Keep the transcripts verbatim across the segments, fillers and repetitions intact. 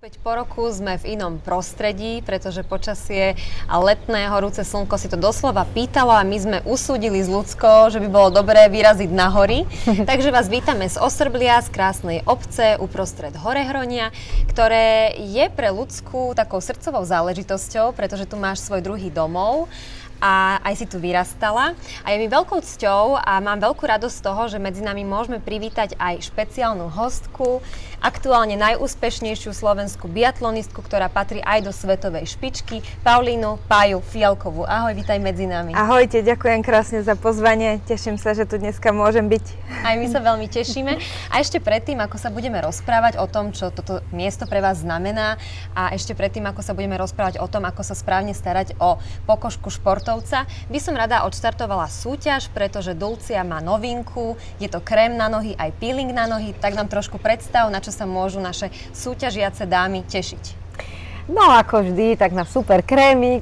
Opäť po roku sme v inom prostredí, pretože počasie a letné horúce slnko si to doslova pýtalo a my sme usúdili z Ľudskou, že by bolo dobré vyraziť na hory. Takže vás vítame z Osrblia, z krásnej obce uprostred Horehronia, ktoré je pre Ľudsku takou srdcovou záležitosťou, pretože tu máš svoj druhý domov. A aj si tu vyrastala. A je mi veľkou cťou a mám veľkú radosť z toho, že medzi nami môžeme privítať aj špeciálnu hostku, aktuálne najúspešnejšiu slovenskú biatlonistku, ktorá patrí aj do svetovej špičky, Paulínu Páju Fialkovú. Ahoj, vítaj medzi nami. Ahojte, ďakujem krásne za pozvanie. Teším sa, že tu dneska môžem byť. Aj my sa veľmi tešíme. A ešte predtým, ako sa budeme rozprávať o tom, čo toto miesto pre vás znamená, a ešte predtým, ako sa budeme rozprávať o tom, ako sa správne starať o pokožku športovca, by som rada odštartovala súťaž, pretože Dulcia má novinku, je to krém na nohy, aj peeling na nohy, tak nám trošku predstav, na čo sa môžu naše súťažiace dámy tešiť. No ako vždy, tak na super krémik,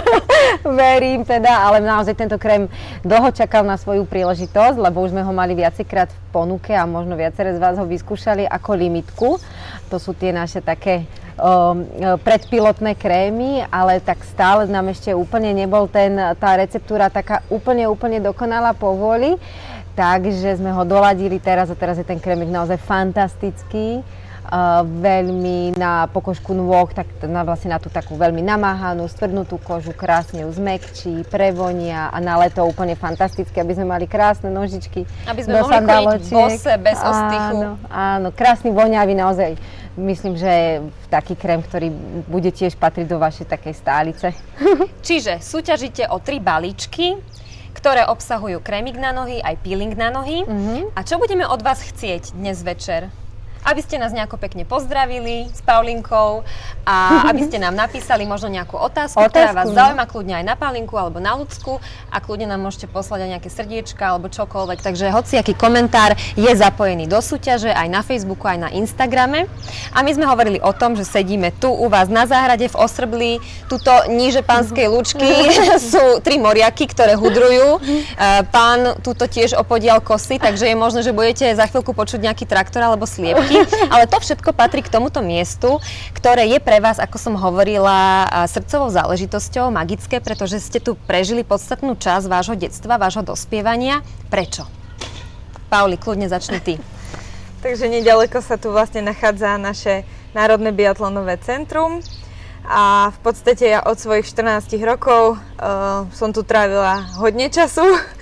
verím teda, ale naozaj tento krém dlho čakal na svoju príležitosť, lebo už sme ho mali viacejkrát v ponuke a možno viaceré z vás ho vyskúšali ako limitku. To sú tie naše také um, predpilotné krémy, ale tak stále nám ešte úplne nebol ten, tá receptúra taká úplne, úplne dokonalá povoli, takže sme ho doladili teraz a teraz je ten krémik naozaj fantastický. Uh, veľmi na pokožku nôh, tak na, vlastne na tú takú veľmi namáhanú, stvrdnutú kožu, krásne ju zmäkčí, prevonia a na leto úplne fantastické, aby sme mali krásne nožičky. Aby sme mohli chodiť bose, bez ostychu. Áno, áno, krásny, voňavý, naozaj. Myslím, že taký krém, ktorý bude tiež patriť do vašej takej stálice. Čiže súťažíte o tri balíčky, ktoré obsahujú krémik na nohy, aj peeling na nohy. Uh-huh. A čo budeme od vás chcieť dnes večer? Aby ste nás nejako pekne pozdravili s Paulinkou a aby ste nám napísali možno nejakú otázku, otázku ktorá vás zaujíma, kľudne aj na Paulinku alebo na Ľudsku a kľudne nám môžete poslať aj nejaké srdiečka alebo čokoľvek. Takže hociaký komentár je zapojený do súťaže aj na Facebooku, aj na Instagrame. A my sme hovorili o tom, že sedíme tu u vás na záhrade v Osrblí. Tuto níže Panskej Lučky sú tri moriaky, ktoré hudrujú. Pán tuto tiež opodial kosy, takže je možné, že budete za chvíľku počuť nejaký traktor alebo sliepky. Ale to všetko patrí k tomuto miestu, ktoré je pre vás, ako som hovorila, srdcovou záležitosťou, magické, pretože ste tu prežili podstatnú časť vášho detstva, vášho dospievania. Prečo? Pauli, kľudne začni ty. Takže nedaleko sa tu vlastne nachádza naše Národné biatlonové centrum a v podstate ja od svojich štrnástich rokov uh, som tu trávila hodne času.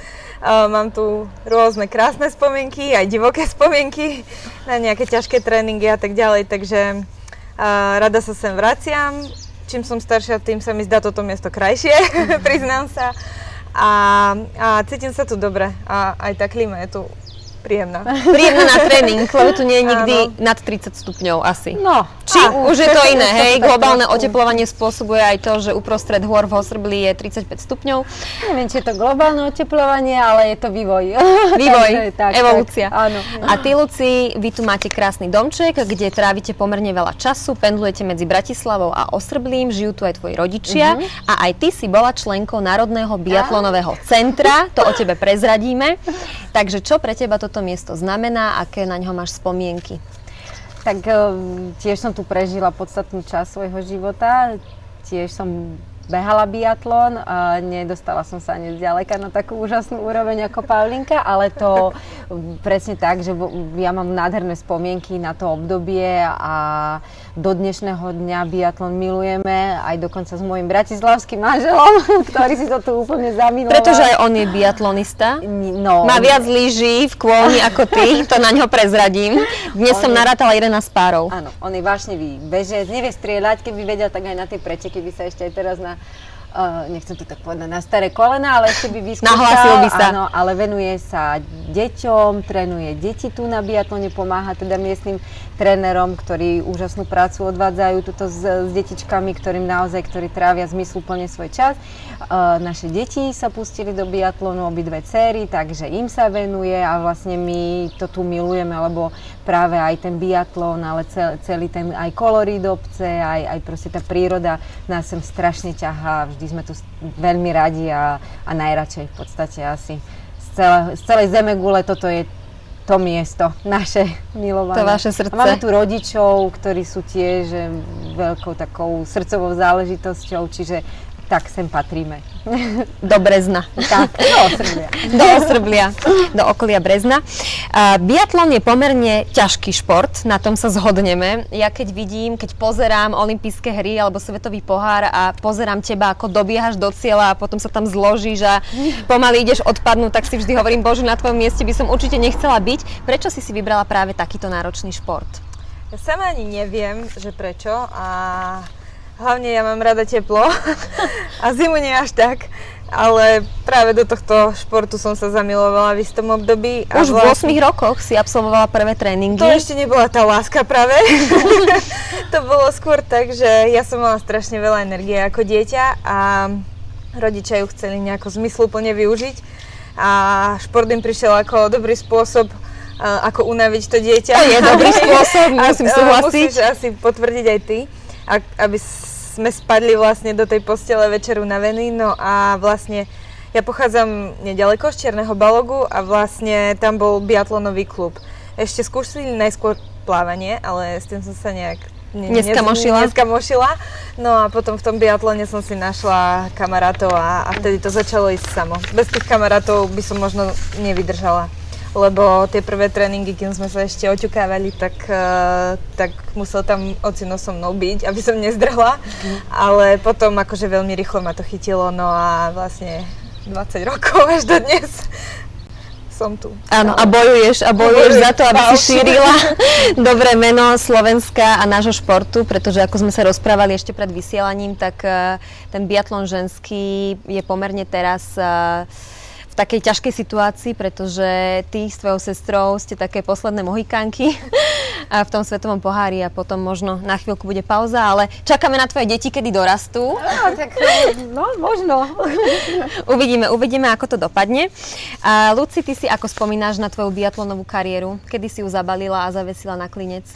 Uh, mám tu rôzne krásne spomienky, aj divoké spomienky na nejaké ťažké tréningy a tak ďalej, takže uh, rada sa sem vraciam. Čím som staršia, tým sa mi zdá toto miesto krajšie, priznám sa. A, a cítim sa tu dobre a aj tá klíma je tu príjemná. Príjemná na tréning, lebo tu nie je nikdy áno. Nad tridsať stupňov asi. No. Či á, už je to iné, hej? Globálne oteplovanie spôsobuje aj to, že uprostred hôr v Osrblí je tridsaťpäť stupňov. Neviem, či je to globálne oteplovanie, ale je to vývoj. Vývoj, tak, evolúcia. Tak, áno. A ty, Luci, vy tu máte krásny domček, kde trávite pomerne veľa času, pendlujete medzi Bratislavou a Osrblím, žijú tu aj tvoji rodičia uh-huh. a aj ty si bola členkou Národného biatlonového centra, to o tebe prezradíme. Takže čo pre teba toto miesto znamená, aké na ňo máš spomienky? Tak tiež som tu prežila podstatnú časť svojho života, tiež som behala biatlon a nedostala som sa ani zďaleka na takú úžasnú úroveň ako Paulinka, ale to presne tak, že ja mám nádherné spomienky na to obdobie a do dnešného dňa biatlon milujeme, aj dokonca s môjim bratislavským manželom, ktorý si to tu úplne zamiloval. Pretože aj on je biatlonista. No, má viac lyží v kôlni ako ty, to na ňo prezradím. Dnes som je... narátala jedenásť párov. Áno, on je vášnivý bežec, nevie strieľať, keby vedel, tak aj na tie preteky by sa ešte aj teraz na Uh, nechcem to tak povedať na staré kolena, ale ešte by vyskúšal. Nahlásil by sa. Áno, ale venuje sa deťom, trénuje deti tu na biatlone, pomáha teda miestnym trénerom, ktorí úžasnú prácu odvádzajú tuto s, s detičkami, ktorým naozaj, ktorí trávia zmysluplne svoj čas. Uh, naše deti sa pustili do biatlonu, obidve céry, takže im sa venuje a vlastne my to tu milujeme, lebo práve aj ten biatlon, ale celý, celý ten aj kolorít obce, aj, aj proste tá príroda nás sem strašne ťahá. Vždy sme tu veľmi radi a, a najradšej v podstate asi z, celé, z celej zemegule toto je to miesto, naše milované. To vaše srdce. A máme tu rodičov, ktorí sú tiež eh, veľkou takou srdcovou záležitosťou, čiže tak sem patríme. Do Brezna. Tak, do Osrblia. Do Osrblia, do okolia Brezna. Uh, biatlon je pomerne ťažký šport, na tom sa zhodneme. Ja keď vidím, keď pozerám olympijské hry alebo svetový pohár a pozerám teba, ako dobiehaš do cieľa a potom sa tam zložíš a pomaly ideš odpadnúť, tak si vždy hovorím, Bože, na tvojom mieste by som určite nechcela byť. Prečo si si vybrala práve takýto náročný šport? Ja sama ani neviem, že prečo a hlavne ja mám rada teplo a zimu nie až tak, ale práve do tohto športu som sa zamilovala v istom období. A Už v ôsmich rokoch si absolvovala prvé tréningy. To ešte nebola tá láska práve. To bolo skôr tak, že ja som mala strašne veľa energie ako dieťa a rodičia ju chceli nejako zmysluplne využiť a šport im prišiel ako dobrý spôsob, ako unaviť to dieťa. To je dobrý spôsob, musím súhlasiť. Musíš asi potvrdiť aj ty. Aby sme spadli vlastne do tej postele večer unavení. No a vlastne ja pochádzam nedaleko z Čierneho Balogu a vlastne tam bol biatlonový klub. Ešte skúšali najskôr plávanie, ale s tým som sa nejak ne, neskamošila. neskamošila. No a potom v tom biatlone som si našla kamarátov a, a vtedy to začalo ísť samo. Bez tých kamarátov by som možno nevydržala. Lebo tie prvé tréningy, kým sme sa ešte oťukávali, tak, uh, tak musel tam ocino so mnou byť, aby som nezdrhla. Mm. Ale potom akože veľmi rýchlo ma to chytilo, no a vlastne dvadsať rokov až do dnes som tu. Áno, a bojuješ, a bojuješ za to, aby si šírila dobré meno Slovenska a nášho športu, pretože ako sme sa rozprávali ešte pred vysielaním, tak uh, ten biatlon ženský je pomerne teraz uh, v takej ťažkej situácii, pretože ty s tvojou sestrou ste také posledné mohikánky v tom svetovom pohári a potom možno na chvíľku bude pauza, ale čakáme na tvoje deti, kedy dorastú. No, tak, no možno. Uvidíme, uvidíme, ako to dopadne. A Luci, ty si ako spomínaš na tvoju biatlonovú kariéru? Kedy si ju zabalila a zavesila na klinec?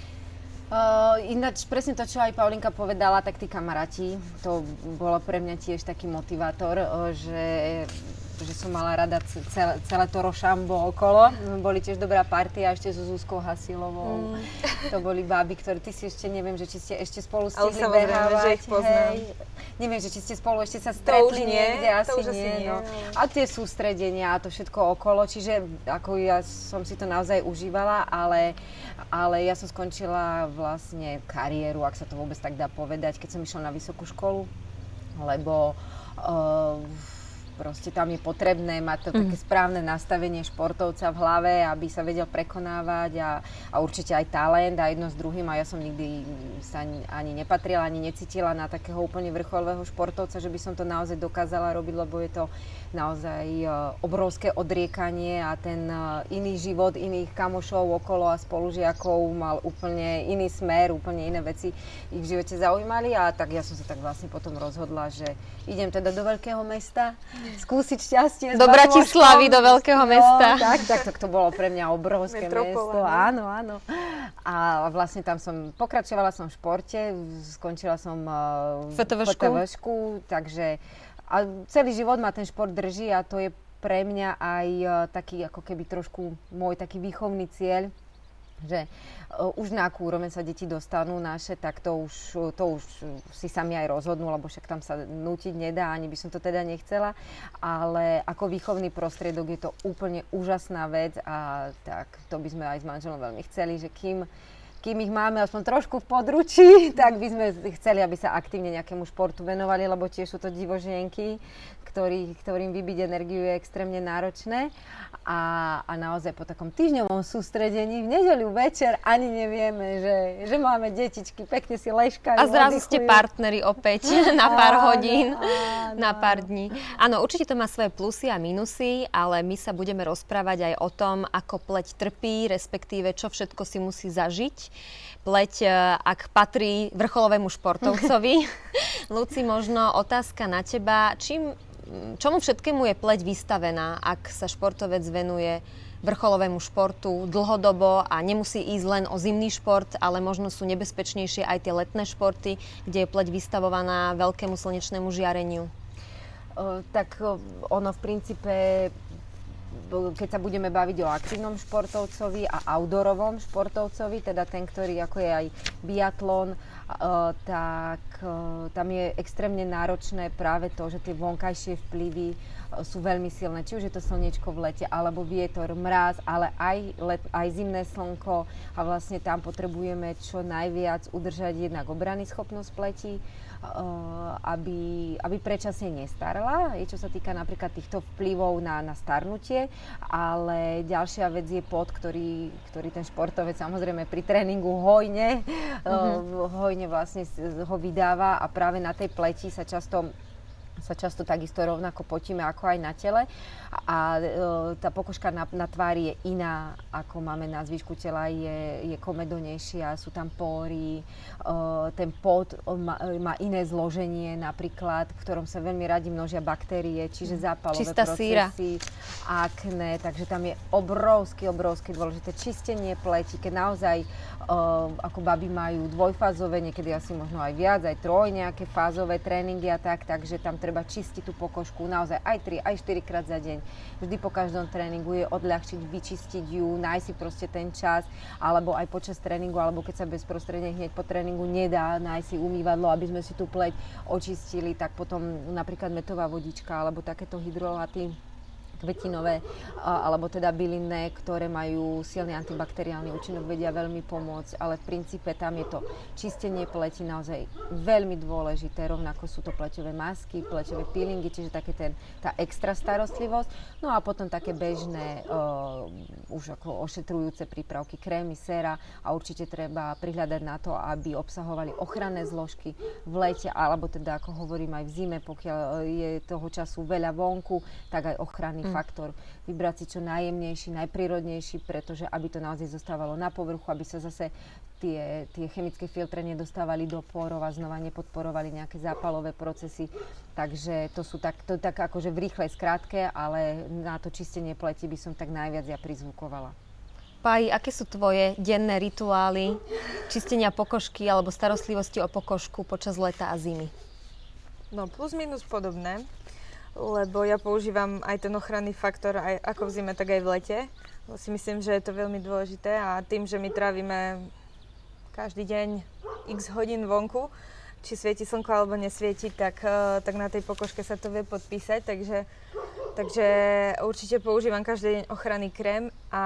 Uh, ináč presne to, čo aj Paulinka povedala, tak tí kamaráti, to bolo pre mňa tiež taký motivátor, uh, že že som mala rada celé, celé to rošambo okolo. Boli tiež dobrá partia ešte so Zuzkou Hasilovou. Mm. To boli báby, ktoré ty si ešte, neviem, že či ste ešte spolu stihli behávať. Že ich poznám. Hej. Neviem, že či ste spolu ešte sa stretli niekde, asi, to už nie, asi nie. no. A tie sústredenia a to všetko okolo, čiže ako ja som si to naozaj užívala, ale, ale ja som skončila vlastne kariéru, ak sa to vôbec tak dá povedať, keď som išla na vysokú školu, lebo uh, proste tam je potrebné mať to také správne nastavenie športovca v hlave, aby sa vedel prekonávať a, a určite aj talent a jedno s druhým. A ja som nikdy sa ani nepatrila, ani necítila na takého úplne vrcholového športovca, že by som to naozaj dokázala robiť, lebo je to naozaj obrovské odriekanie a ten iný život iných kamošov okolo a spolužiakov mal úplne iný smer, úplne iné veci ich v živote zaujímali a tak ja som sa tak vlastne potom rozhodla, že idem teda do veľkého mesta, skúsiť šťastie. Do Bratislavy, do veľkého mesta. No, tak, tak, tak to bolo pre mňa obrovské Metropola, mesto. Áno, áno. A vlastne tam som, pokračovala som v športe, skončila som uh, FTVšku, takže a celý život ma ten šport drží a to je pre mňa aj uh, taký ako keby trošku môj taký výchovný cieľ, že uh, už na akú úroveň sa deti dostanú naše, tak to už, to už si sami aj rozhodnú, lebo však tam sa nútiť nedá, ani by som to teda nechcela, ale ako výchovný prostriedok je to úplne úžasná vec a tak to by sme aj s manželom veľmi chceli, že kým kým ich máme aspoň trošku v područí, tak by sme chceli, aby sa aktívne nejakému športu venovali, lebo tiež sú to divožienky, ktorý, ktorým vybiť energiu je extrémne náročné. A, a naozaj po takom týždňovom sústredení v nedeľu večer ani nevieme, že, že máme detičky, pekne si leškajú. A zrazu ste partneri opäť na pár hodín, áno, na pár dní. Áno, určite to má svoje plusy a minusy, ale my sa budeme rozprávať aj o tom, ako pleť trpí, respektíve čo všetko si musí zažiť. Pleť, ak patrí vrcholovému športovcovi. Luci, možno otázka na teba. Čím, čomu všetkému je pleť vystavená, ak sa športovec venuje vrcholovému športu dlhodobo a nemusí ísť len o zimný šport, ale možno sú nebezpečnejšie aj tie letné športy, kde je pleť vystavovaná veľkému slnečnému žiareniu? O, tak o, ono v princípe keď sa budeme baviť o aktívnom športovcovi a outdoorovom športovcovi, teda ten, ktorý ako je aj biatlon, tak tam je extrémne náročné práve to, že tie vonkajšie vplyvy sú veľmi silné. Či už je to slniečko v lete, alebo vietor, mráz, ale aj, let, aj zimné slnko a vlastne tam potrebujeme čo najviac udržať jednak obrany schopnosť pleti, aby, aby predčasne nestarla, čo sa týka napríklad týchto vplyvov na, na starnutie, ale ďalšia vec je pot, ktorý, ktorý ten športovec samozrejme pri tréningu hojne, mm-hmm. hojne vlastne ho vydáva a práve na tej pleti sa často sa často takisto rovnako potíme ako aj na tele a e, tá pokožka na, na tvári je iná, ako máme na zvyšku tela, je, je komedonejšia, sú tam póry, e, ten pot má, má iné zloženie napríklad, v ktorom sa veľmi radi množia baktérie, čiže zápalové čistá procesy, síra. Akné, takže tam je obrovský, obrovský dôležité čistenie pleti, keď naozaj e, ako baby majú dvojfázové, niekedy asi možno aj viac, aj troj nejaké fázové tréningy a tak, takže tam treba čistiť tú pokožku naozaj aj tri, aj štyri krát za deň. Vždy po každom tréningu je odľahčiť, vyčistiť ju, nájsť si proste ten čas, alebo aj počas tréningu, alebo keď sa bezprostredne hneď po tréningu nedá nájsť si umývadlo, aby sme si tú pleť očistili, tak potom napríklad mätová vodička, alebo takéto hydrolaty kvetinové, alebo teda bylinné, ktoré majú silný antibakteriálny účinok, vedia veľmi pomôcť, ale v princípe tam je to čistenie pleti naozaj veľmi dôležité, rovnako sú to pleťové masky, pleťové peelingy, čiže také ten, tá extra starostlivosť, no a potom také bežné uh, už ako ošetrujúce prípravky, krémy, séra a určite treba prihľadať na to, aby obsahovali ochranné zložky v lete, alebo teda ako hovorím aj v zime, pokiaľ je toho času veľa vonku, tak aj ochranný faktor. Vybrať si čo najjemnejší, najprírodnejší, pretože aby to naozaj zostávalo na povrchu, aby sa zase tie, tie chemické filtre nedostávali do pórov a znova nepodporovali nejaké zápalové procesy. Takže to sú tak, to tak akože v rýchlej skrátke, ale na to čistenie pleti by som tak najviac ja prizvukovala. Páji, aké sú tvoje denné rituály čistenia pokožky alebo starostlivosti o pokožku počas leta a zimy? No plus minus podobné. Lebo ja používam aj ten ochranný faktor aj ako v zime, tak aj v lete. Lebo si myslím, že je to veľmi dôležité a tým, že my trávime každý deň x hodín vonku, či svieti slnko alebo nesvieti, tak, tak na tej pokožke sa to vie podpísať. Takže, takže určite používam každý deň ochranný krém a,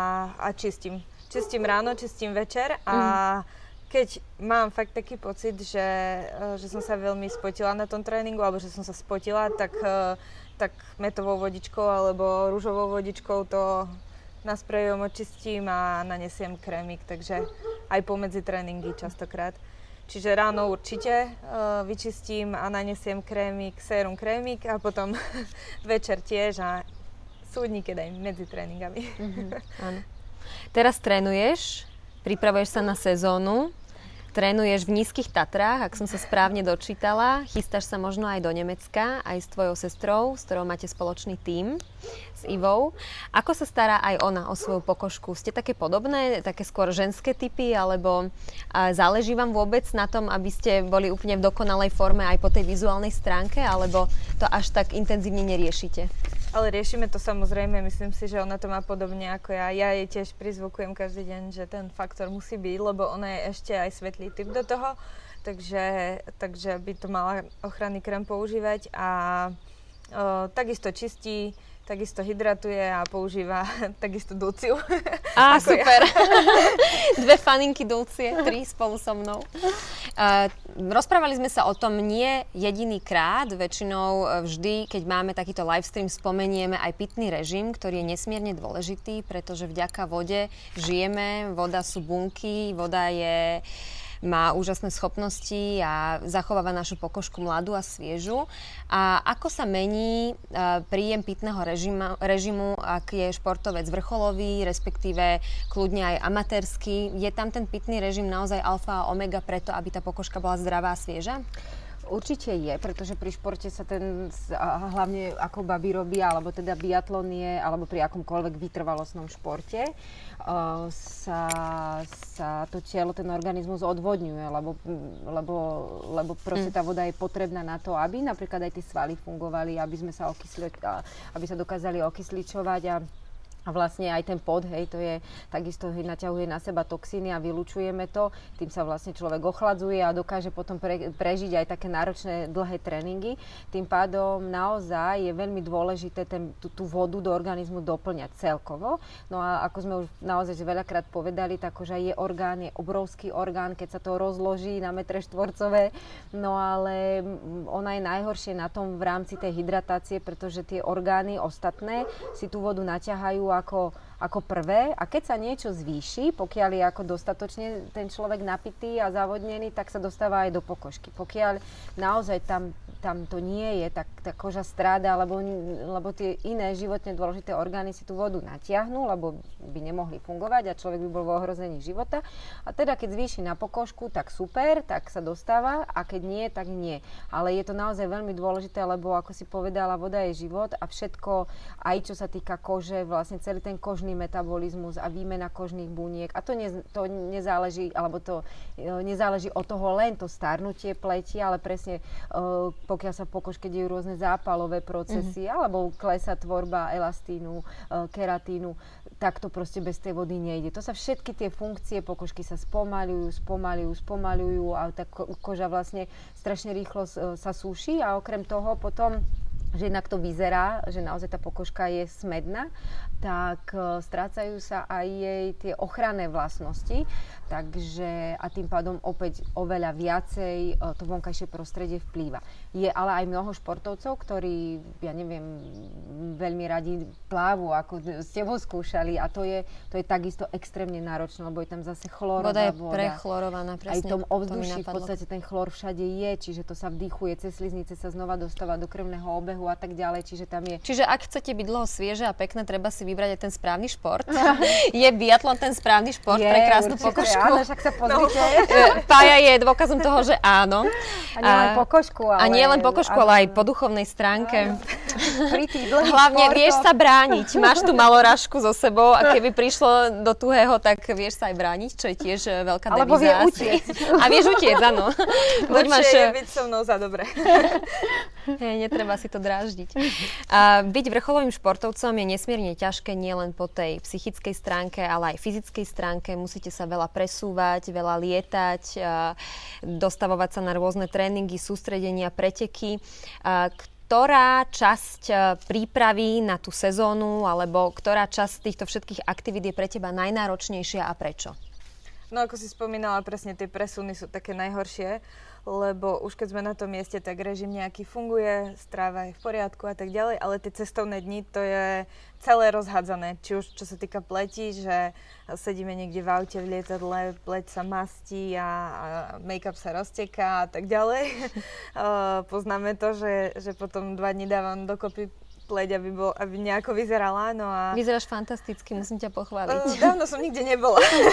a čistím. Čistím ráno, čistím večer a mm. keď mám fakt taký pocit, že, že som sa veľmi spotila na tom tréningu, alebo že som sa spotila, tak, tak mätovou vodičkou alebo rúžovou vodičkou to nasprejujem, očistím a nanesiem krémik, takže aj pomedzi tréningy častokrát. Čiže ráno určite uh, vyčistím a nanesiem krémik, sérum krémik a potom večer tiež a sú dní, keď aj medzi tréningami. Mm-hmm, áno. Teraz trénuješ, pripravuješ sa na sezónu, trénuješ v Nízkych Tatrách, ak som sa správne dočítala, chystáš sa možno aj do Nemecka, aj s tvojou sestrou, s ktorou máte spoločný tím, s Ivou. Ako sa stará aj ona o svoju pokožku? Ste také podobné, také skôr ženské typy, alebo záleží vám vôbec na tom, aby ste boli úplne v dokonalej forme aj po tej vizuálnej stránke, alebo to až tak intenzívne neriešite? Ale riešime to samozrejme, myslím si, že ona to má podobne ako ja. Ja jej tiež prizvukujem každý deň, že ten faktor musí byť, lebo ona je ešte aj svetlý typ do toho, takže, takže by to mala ochranný krém používať a o, takisto čistí, takisto hydratuje a používa takisto Dulciu. Á, super. Ja. Dve faninky Dulcie, tri spolu so mnou. Uh, rozprávali sme sa o tom nie jediný krát, väčšinou vždy, keď máme takýto livestream, spomenieme aj pitný režim, ktorý je nesmierne dôležitý, pretože vďaka vode žijeme, voda sú bunky, voda je... má úžasné schopnosti a zachováva našu pokožku mladú a sviežu. A ako sa mení uh, príjem pitného režima, režimu, ak je športovec vrcholový, respektíve kľudne aj amatérsky? Je tam ten pitný režim naozaj alfa a omega preto, aby tá pokožka bola zdravá a svieža? Určite je, pretože pri športe sa ten, a hlavne ako baby robia, alebo teda biatlon je, alebo pri akomkoľvek vytrvalostnom športe, uh, sa, sa to telo, ten organizmus odvodňuje, lebo, lebo, lebo proste tá voda je potrebná na to, aby napríklad aj tie svaly fungovali, aby sme sa okysli, aby sa dokázali okysličovať a A vlastne aj ten pod, hej, to je takisto, hej, naťahuje na seba toxíny a vylučujeme to. Tým sa vlastne človek ochladzuje a dokáže potom pre, prežiť aj také náročné dlhé tréningy. Tým pádom naozaj je veľmi dôležité ten, tú, tú vodu do organizmu doplňať celkovo. No a ako sme už naozaj veľakrát povedali, tak už aj je orgán, je obrovský orgán, keď sa to rozloží na metre štvorcové. No ale ona je najhoršie na tom v rámci tej hydratácie, pretože tie orgány ostatné si tú vodu naťahajú Ako, ako prvé a keď sa niečo zvýši, pokiaľ je ako dostatočne ten človek napitý a zavodnený, tak sa dostáva aj do pokožky. Pokiaľ naozaj tam, tam to nie je, tak tá koža stráda, lebo, lebo tie iné životne dôležité orgány si tú vodu natiahnú, lebo by nemohli fungovať a človek by bol v ohrození života. A teda keď zvýši na pokožku, tak super, tak sa dostáva a keď nie, tak nie. Ale je to naozaj veľmi dôležité, lebo ako si povedala, voda je život a všetko, aj čo sa týka kože, vlastne celý ten kožný metabolizmus a výmena kožných buniek. A to, ne, to nezáleží, alebo to nezáleží od toho len to starnutie pleti, ale presne uh, pokiaľ sa po kožke dejú rôzne zápalové procesy, mm-hmm. alebo klesá tvorba elastínu, uh, keratínu, tak to proste bez tej vody nejde. To sa všetky tie funkcie pokožky sa spomaľujú, spomaľujú, spomaľujú a tá ko- koža vlastne strašne rýchlo uh, sa súši a okrem toho potom že inak to vyzerá, že naozaj tá pokožka je smedná, tak uh, strácajú sa aj jej tie ochranné vlastnosti, takže a tým pádom opäť oveľa viacej uh, to vonkajšie prostredie vplýva. Je ale aj mnoho športovcov, ktorí, ja neviem, veľmi radi plávu, ako s tebou skúšali a to je, to je takisto extrémne náročné, lebo je tam zase chlorová voda. Voda je prechlorovaná, presne. Aj v tom ovzduší v podstate ten chlor všade je, čiže to sa vdychuje, cez sliznice sa znova dostáva do krvného obehu a tak ďalej, čiže tam je... Čiže ak chcete byť dlho svieže a pekné, treba si vybrať aj ten správny šport. Je biatlon ten správny šport je, pre krásnu určite, pokožku? Áno, však sa pozrite. No. Pája je dôkazom toho, že áno. A nie len pokožku, ale... A nie len pokožku, ale aj po duchovnej stránke. Hlavne športoch. Vieš sa brániť. Máš tú malorážku so sebou a keby prišlo do tuhého, tak vieš sa aj brániť, čo je tiež veľká devíza. Alebo vie utiec. A vieš utiec, áno. Lepšie máš... je byť so mnou za dobre. Hej, netreba si to dráždiť. A byť vrcholovým športovcom je nesmierne ťažké nielen po tej psychickej stránke, ale aj fyzickej stránke. Musíte sa veľa presúvať, veľa lietať, dostavovať sa na rôzne tréningy, sústredenia, preteky. Ktorá časť prípravy na tú sezónu alebo ktorá časť týchto všetkých aktivít je pre teba najnáročnejšia a prečo? No ako si spomínala, presne tie presuny sú také najhoršie, lebo už keď sme na tom mieste, tak režim nejaký funguje, stráva je v poriadku a tak ďalej, ale tie cestovné dni, to je celé rozhádzané. Či už čo sa týka pleti, že sedíme niekde v aute, v lietadle, pleť sa mastí a, a make-up sa rozteká a tak ďalej. uh, poznáme to, že, že potom dva dni dávam dokopy pleť, aby, bol, aby nejako vyzerala. No a... Vyzeráš fantasticky, musím ťa pochváliť. Uh, dávno som nikde nebola.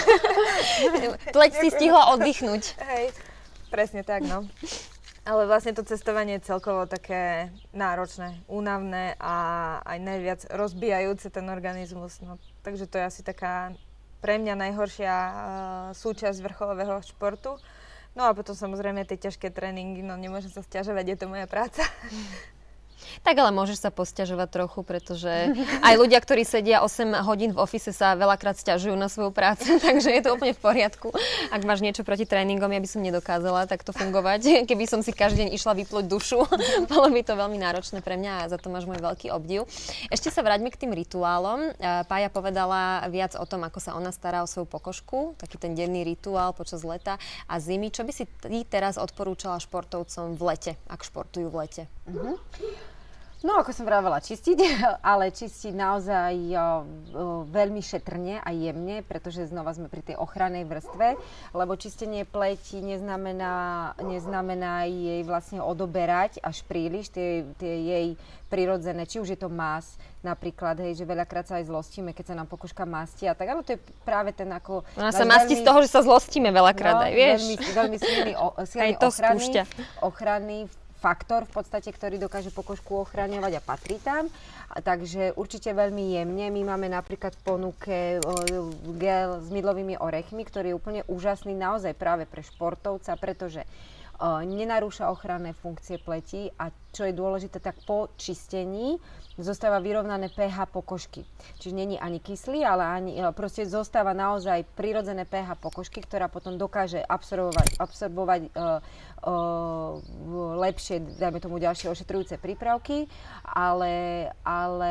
Pleť si stihla oddychnúť. Hej, presne tak, no. Ale vlastne to cestovanie je celkovo také náročné, únavné a aj najviac rozbijajúce ten organizmus. No, takže to je asi taká pre mňa najhoršia uh, súčasť vrcholového športu. No a potom samozrejme tie ťažké tréningy, no nemôžem sa sťažovať, je to moja práca. Tak ale môžeš sa posťažovať trochu, pretože aj ľudia, ktorí sedia osem hodín v office, sa veľakrát sťažujú na svoju prácu, takže je to úplne v poriadku. Ak máš niečo proti tréningom, ja by som nedokázala takto fungovať. Keby som si každý deň išla vypluť dušu, bolo by to veľmi náročné pre mňa a za to máš môj veľký obdiv. Ešte sa vráťme k tým rituálom. Pája povedala viac o tom, ako sa ona stará o svoju pokožku, taký ten denný rituál počas leta a zimy. Čo by si ty teraz odporúčala športovcom v lete, ak športujú v lete? Uh-huh. No, ako som vravela, čistiť, ale čistiť naozaj o, o, veľmi šetrne a jemne, pretože znova sme pri tej ochrannej vrstve, lebo čistenie pleti neznamená, neznamená jej vlastne odoberať až príliš tie, tie jej prirodzené, či už je to más, napríklad, hej, že veľakrát sa aj zlostíme, keď sa nám pokožka mastí a tak, ale to je práve ten ako... Ona sa mastí veľmi, z toho, že sa zlostíme veľakrát, no, aj, vieš? Veľmi, veľmi silný, o, silný ochranný, ochranný faktor v podstate, ktorý dokáže pokožku ochraňovať a patrí tam. A takže určite veľmi jemne. My máme napríklad v ponuke o, gel s mydlovými orechmi, ktorý je úplne úžasný naozaj práve pre športovca, pretože o, nenarúša ochranné funkcie pleti a čo je dôležité, tak po čistení zostáva vyrovnané pH pokožky. Čiže není ani kyslý, ale ani, proste zostáva naozaj prirodzené pH pokožky, ktorá potom dokáže absorbovať, absorbovať uh, uh, lepšie, dajme tomu, ďalšie ošetrujúce prípravky, ale, ale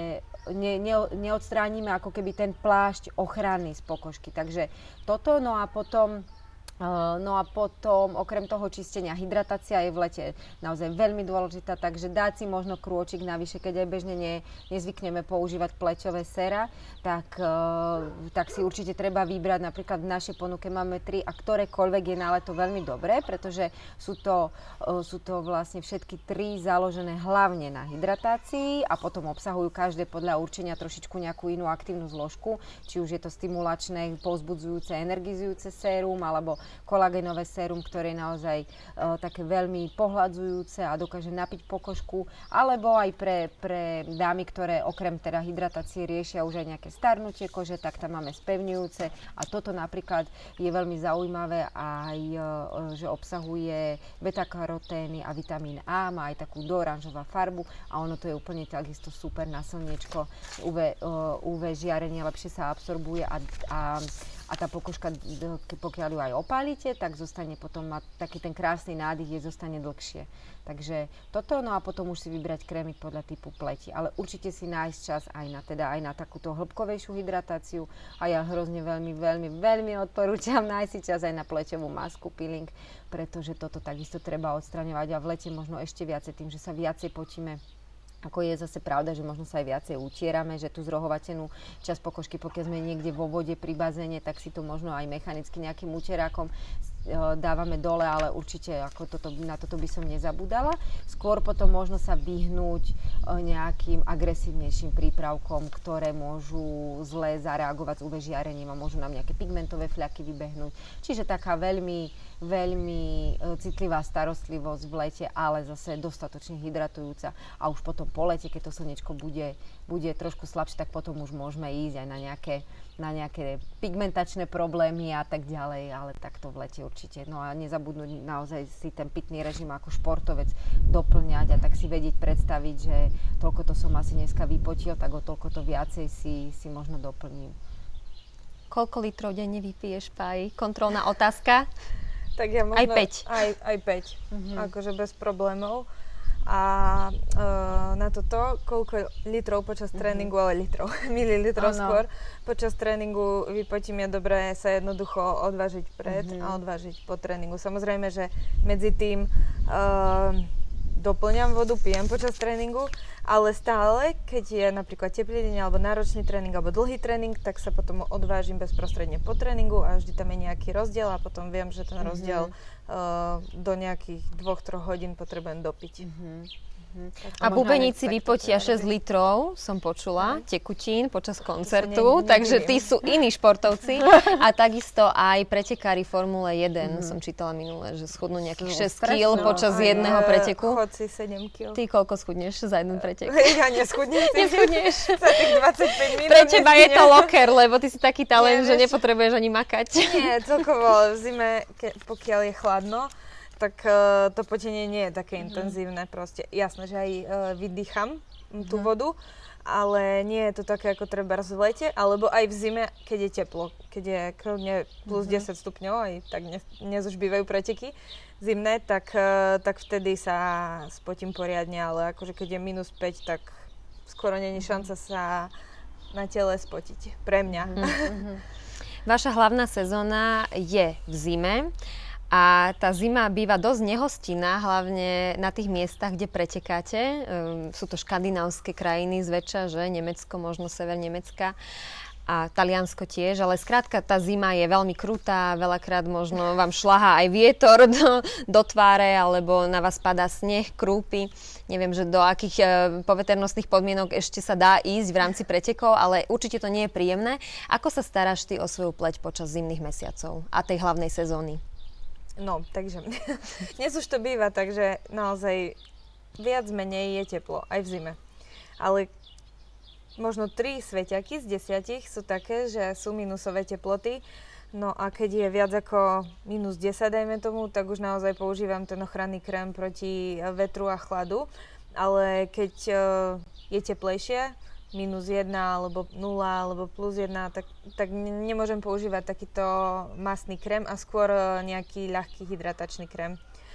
ne, ne, neodstránime ako keby ten plášť ochrany z pokožky. Takže toto, no a potom No a potom, okrem toho čistenia, hydratácia je v lete naozaj veľmi dôležitá, takže dať si možno krôčik navyše, keď aj bežne ne, nezvykneme používať pleťové séra, tak, tak si určite treba vybrať. Napríklad v našej ponuke máme tri a ktorékoľvek je na leto veľmi dobré, pretože sú to, sú to vlastne všetky tri založené hlavne na hydratácii a potom obsahujú každé podľa určenia trošičku nejakú inú aktívnu zložku, či už je to stimulačné, povzbudzujúce, energizujúce sérum, alebo kolagénové sérum, ktoré je naozaj e, také veľmi pohľadzujúce a dokáže napiť pokožku, alebo aj pre, pre dámy, ktoré okrem teda hydratácie riešia už aj nejaké starnutie kože, tak tam máme spevňujúce a toto napríklad je veľmi zaujímavé aj, e, že obsahuje beta-karotény a vitamín A, má aj takú dooranžová farbu a ono to je úplne takisto super na slniečko, ú vé, ú vé žiarenie lepšie sa absorbuje a, a a tá pokožka, pokiaľ ju aj opálite, tak zostane potom, má taký ten krásny nádych, je zostane dlhšie. Takže toto, no a potom už si vybrať krémy podľa typu pleti. Ale určite si nájsť čas aj na, teda aj na takúto hĺbkovejšiu hydratáciu a ja hrozne veľmi, veľmi, veľmi odporúčam nájsť si čas aj na pleťovú masku, peeling, pretože toto takisto treba odstraňovať a v lete možno ešte viacej tým, že sa viacej potíme. Ako je zase pravda, že možno sa aj viacej utierame, že tú zrohovatenú časť pokožky, pokiaľ sme niekde vo vode pri bazéne, tak si to možno aj mechanicky nejakým utierákom dávame dole, ale určite ako toto, na toto by som nezabúdala. Skôr potom možno sa vyhnúť nejakým agresívnejším prípravkom, ktoré môžu zle zareagovať s ú vé žiarením a môžu nám nejaké pigmentové fľaky vybehnúť. Čiže taká veľmi, veľmi citlivá starostlivosť v lete, ale zase dostatočne hydratujúca. A už potom po lete, keď to slnečko bude, bude trošku slabšie, tak potom už môžeme ísť aj na nejaké, na nejaké pigmentačné problémy a tak ďalej, ale takto v lete určite. No a nezabudnúť naozaj si ten pitný režim ako športovec doplňať a tak si vedieť predstaviť, že toľko to som asi dneska vypotil, tak o toľko to viacej si, si možno doplním. Koľko litrov denne vypiješ, Páj? Kontrolná otázka. Tak ja možno... Aj päť. Aj, aj päť, mm-hmm. akože bez problémov. A e, na toto, koľko litrov počas mm-hmm. tréningu, ale litrov, mililitrov oh, no. skôr, počas tréningu vypotím, je dobré sa jednoducho odvážiť pred mm-hmm. a odvážiť po tréningu. Samozrejme, že medzi tým e, doplňam vodu, pijem počas tréningu, ale stále, keď je napríklad teplý deň alebo náročný tréning alebo dlhý tréning, tak sa potom odvážim bezprostredne po tréningu a vždy tam je nejaký rozdiel a potom viem, že ten mm-hmm. rozdiel uh, do nejakých dvoch až troch hodín potrebujem dopiť. Mm-hmm. A bubeníci vypotia šesť litrov, som počula, tekutín počas koncertu, ne, takže tí sú iní športovci. A takisto aj pretekári Formule jeden, mm-hmm. som čítala minule, že schudnú nejakých šesť kíl počas aj, jedného preteku. Chodci sedem kíl. Ty koľko schudneš za jeden pretek? Ja neschudnem. Neschudneš. Za tých dvadsaťpäť minút. Pre teba je to locker, lebo ty si taký talent, nie, že nepotrebuješ ani makať. Nie, celkovo v zime, ke, pokiaľ je chladno, tak uh, to potenie nie je také mm-hmm. intenzívne proste. Jasné, že aj uh, vydýcham mm-hmm. tú vodu, ale nie je to také ako treba v lete, alebo aj v zime, keď je teplo. Keď je kľudne plus mm-hmm. desať stupňov, aj tak dnes, dnes už bývajú preteky zimné, tak, uh, tak vtedy sa spotím poriadne, ale akože keď je minus päť, tak skoro nie je šanca sa na tele spotiť. Pre mňa. Mm-hmm. Vaša hlavná sezóna je v zime. A tá zima býva dosť nehostinná, hlavne na tých miestach, kde pretekáte. Um, sú to škandinávské krajiny zväčša, že? Nemecko, možno sever Nemecka. A Taliansko tiež, ale skrátka tá zima je veľmi krutá, veľakrát možno vám šľahá aj vietor do, do tváre, alebo na vás padá sneh, krúpy. Neviem, že do akých e, poveternostných podmienok ešte sa dá ísť v rámci pretekov, ale určite to nie je príjemné. Ako sa staráš ty o svoju pleť počas zimných mesiacov a tej hlavnej sezóny? No, takže dnes už to býva, takže naozaj viac menej je teplo, aj v zime. Ale možno tri sveťaky z desiatich sú také, že sú minusové teploty. No a keď je viac ako minus desať, dajme tomu, tak už naozaj používam ten ochranný krém proti vetru a chladu. Ale keď je teplejšie, minus jedna, alebo nula, alebo plus jedna, tak, tak nemôžem používať takýto masný krém a skôr nejaký ľahký hydratačný krém.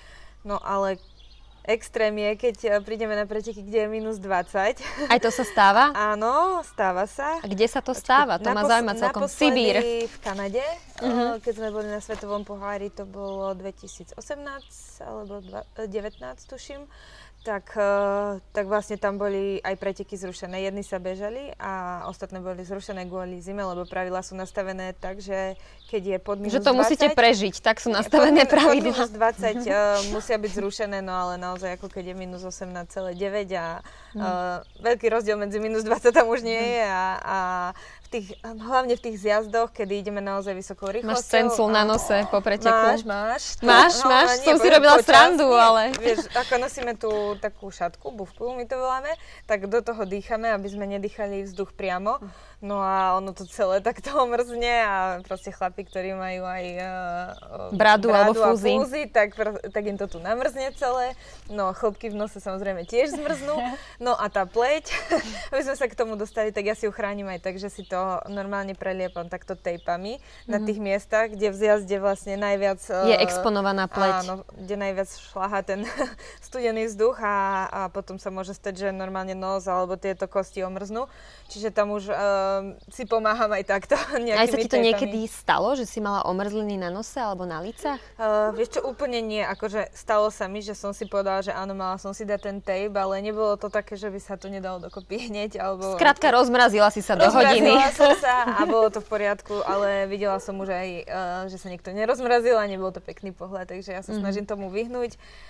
No ale extrém je, keď prídeme na preteky, kde je minus dvadsať. Aj to sa stáva? Áno, stáva sa. A kde sa to stáva? To ma zaujíma celkom. Sibír. V Kanade, uh-huh. Keď sme boli na Svetovom pohári, to bolo dvetisícosemnásť alebo devätnásť, tuším. Tak, tak vlastne tam boli aj preteky zrušené. Jedny sa bežali a ostatné boli zrušené kvôli zime, lebo pravidlá sú nastavené tak, že keď je pod minus dvadsať... Že to musíte prežiť, tak sú nastavené pod, pravidlá. Pod minus dvadsať uh, musia byť zrušené, no ale naozaj ako keď je minus osemnásť celá deväť a uh, veľký rozdiel medzi minus dvadsať tam už nie je a, a v tých, hlavne v tých zjazdoch, kedy ideme naozaj vysokou rýchlosťou. Máš stencil na nose po preteku? Máš, máš. Máš, no, máš, nie, som si robila počas, srandu, nie, ale... Vieš, ako nosíme tú takú šatku, bufku, my to voláme, tak do toho dýchame, aby sme nedýchali vzduch priamo. No a ono to celé takto omrzne a proste chlapi, ktorí majú aj uh, bradu, bradu alebo fúzy, fúzy tak, tak im to tu namrzne celé. No chlopky v nose samozrejme tiež zmrznú. No a tá pleť, aby sme sa k tomu dostali, tak ja si ju chránim aj tak, že si to normálne preliepam takto tejpami mm-hmm. na tých miestach, kde v zjazde vlastne najviac... Uh, je exponovaná pleť. Áno, kde najviac šľahá ten studený vzduch a, a potom sa môže stať, že normálne nos alebo tieto kosti omrznú. Čiže tam už uh, si pomáham aj takto nejakými Aj sa ti to tejpami. niekedy stalo, že si mala omrzliny na nose alebo na lícach? Uh, vieš čo, úplne nie. Akože stalo sa mi, že som si povedala, že áno, mala som si dať ten tape, ale nebolo to také, že by sa to nedalo dokopy hneď. Alebo... Skrátka, rozmrazila si sa do hodiny. Rozmrazila som sa a bolo to v poriadku, ale videla som už aj, uh, že sa niekto nerozmrazil a nebol to pekný pohľad, takže ja sa mm. snažím tomu vyhnúť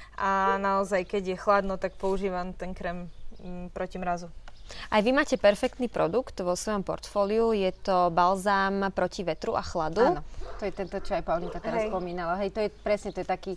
a naozaj, keď je chladno, tak používam ten krém um, proti mrazu. Aj vy máte perfektný produkt vo svojom portfóliu, je to balzám proti vetru a chladu. Áno, to je tento, čo aj Paulinka teraz Hej. spomínala. Hej, to je presne, to je taký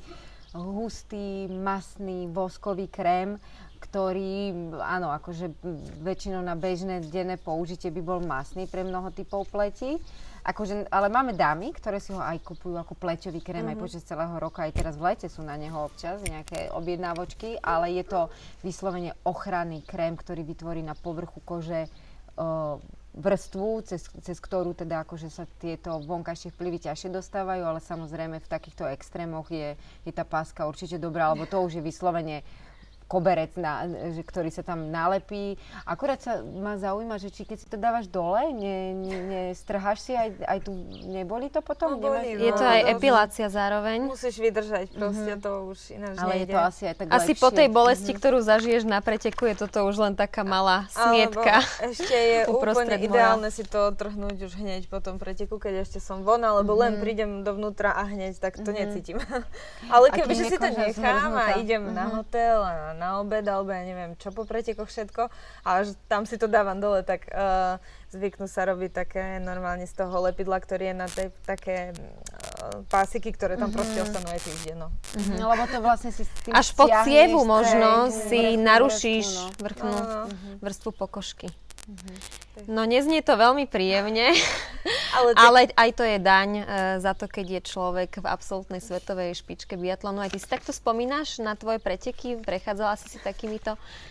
hustý, masný, voskový krém, ktorý, áno, akože väčšinou na bežné denné použitie by bol masný pre mnoho typov pleti. Akože, ale máme dámy, ktoré si ho aj kupujú ako plečový krém mm-hmm. aj počas celého roka, aj teraz v lete sú na neho občas nejaké objednávočky, ale je to vyslovene ochranný krém, ktorý vytvorí na povrchu kože uh, vrstvu, cez, cez ktorú teda akože sa tieto vonkajšie vplyvy ťažšie dostávajú, ale samozrejme v takýchto extrémoch je, je tá páska určite dobrá, lebo to už je vyslovene koberec, na, že, ktorý sa tam nalepí. Akurát sa ma zaujíma, že či keď si to dávaš dole, ne, ne, nestrháš si aj, aj tu, neboli to potom? No, boli, je to aj epilácia zároveň. Musíš vydržať, proste mm-hmm. to už ináč Ale nejde. je to asi aj tak Asi lepšie. po tej bolesti, mm-hmm. ktorú zažiješ na preteku, je toto už len taká malá smietka. Alebo ešte je úplne ideálne si to trhnúť už hneď po tom preteku, keď ešte som von, alebo mm-hmm. len prídem dovnútra a hneď, tak to mm-hmm. necítim. Ale keby si to nechám a idem mm-hmm. na hotel a na obed, alebo ja neviem čo po pretekoch všetko, a až tam si to dávam dole, tak uh, zvyknú sa robiť také normálne z toho lepidla, ktorý je na tej také uh, pásiky, ktoré tam mm-hmm. proste ostanú aj týždeň. No. Mm-hmm. No lebo to vlastne si s tým až po cievu možno strej, si vrstvu, narušíš vrstvu, no. vrchnú no, no. vrstvu pokožky. Mm-hmm. No neznie to veľmi príjemne, ale, te... ale aj to je daň e, za to, keď je človek v absolútnej svetovej špičke biatlonu. Aj ty si takto spomínaš na tvoje preteky? Prechádzala si si takýmito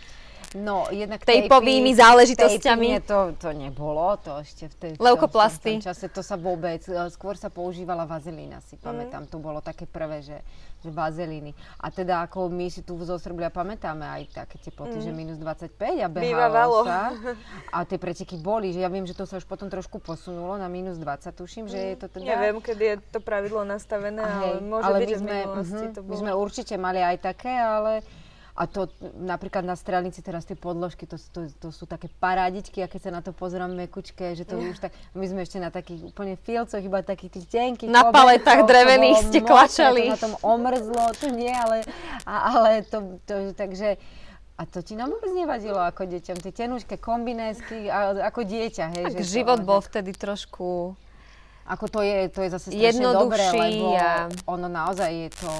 No, jednak tejpovými záležitosťami. Taping, to, to nebolo, to ešte v tej leukoplasty. V tom čase to sa vôbec, skôr sa používala vazelína, si pamätám, mm. to bolo také prvé, že, že vazelíny. A teda ako my si tu zo Srblia pamätáme aj také teploty, mm. že minus dvadsaťpäť a behalo Bývalo. sa. A tie preteky boli, že ja viem, že to sa už potom trošku posunulo na minus dvadsať, tuším, mm. že je to teda... Neviem, kedy je to pravidlo nastavené, ale hej, môže ale byť, my že sme, v minulosti uh-huh, to bolo. My sme určite mali aj také, ale a to napríklad na strelnici teraz tie podložky, to, to, to sú také parádičky, a keď sa na to pozerám mekučké, že to yeah. už tak, my sme ešte na takých úplne filcoch, iba takých tých tenkých na paletách drevených ste klačali. To na tom omrzlo, to nie, ale, a, ale to, to, takže a to ti nám vôbec nevadilo ako deťom, tie tenúške kombinésky, a, ako dieťa, hej. Tak že život to, bol že... vtedy trošku... Ako to je, to je zase strašne dobré, lebo a... ono naozaj je to...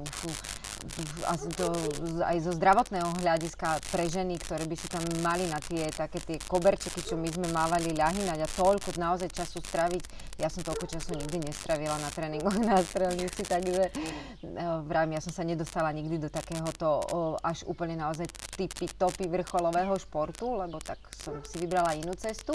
A to, aj zo zdravotného hľadiska pre ženy, ktoré by si tam mali na tie také tie koberčeky, čo my sme mávali ľahynať a toľko naozaj času straviť. Ja som toľko času nikdy nestravila na tréningoch na strelnici, takže vrajím, ja som sa nedostala nikdy do takéhoto až úplne naozaj typy topy vrcholového športu, lebo tak som si vybrala inú cestu.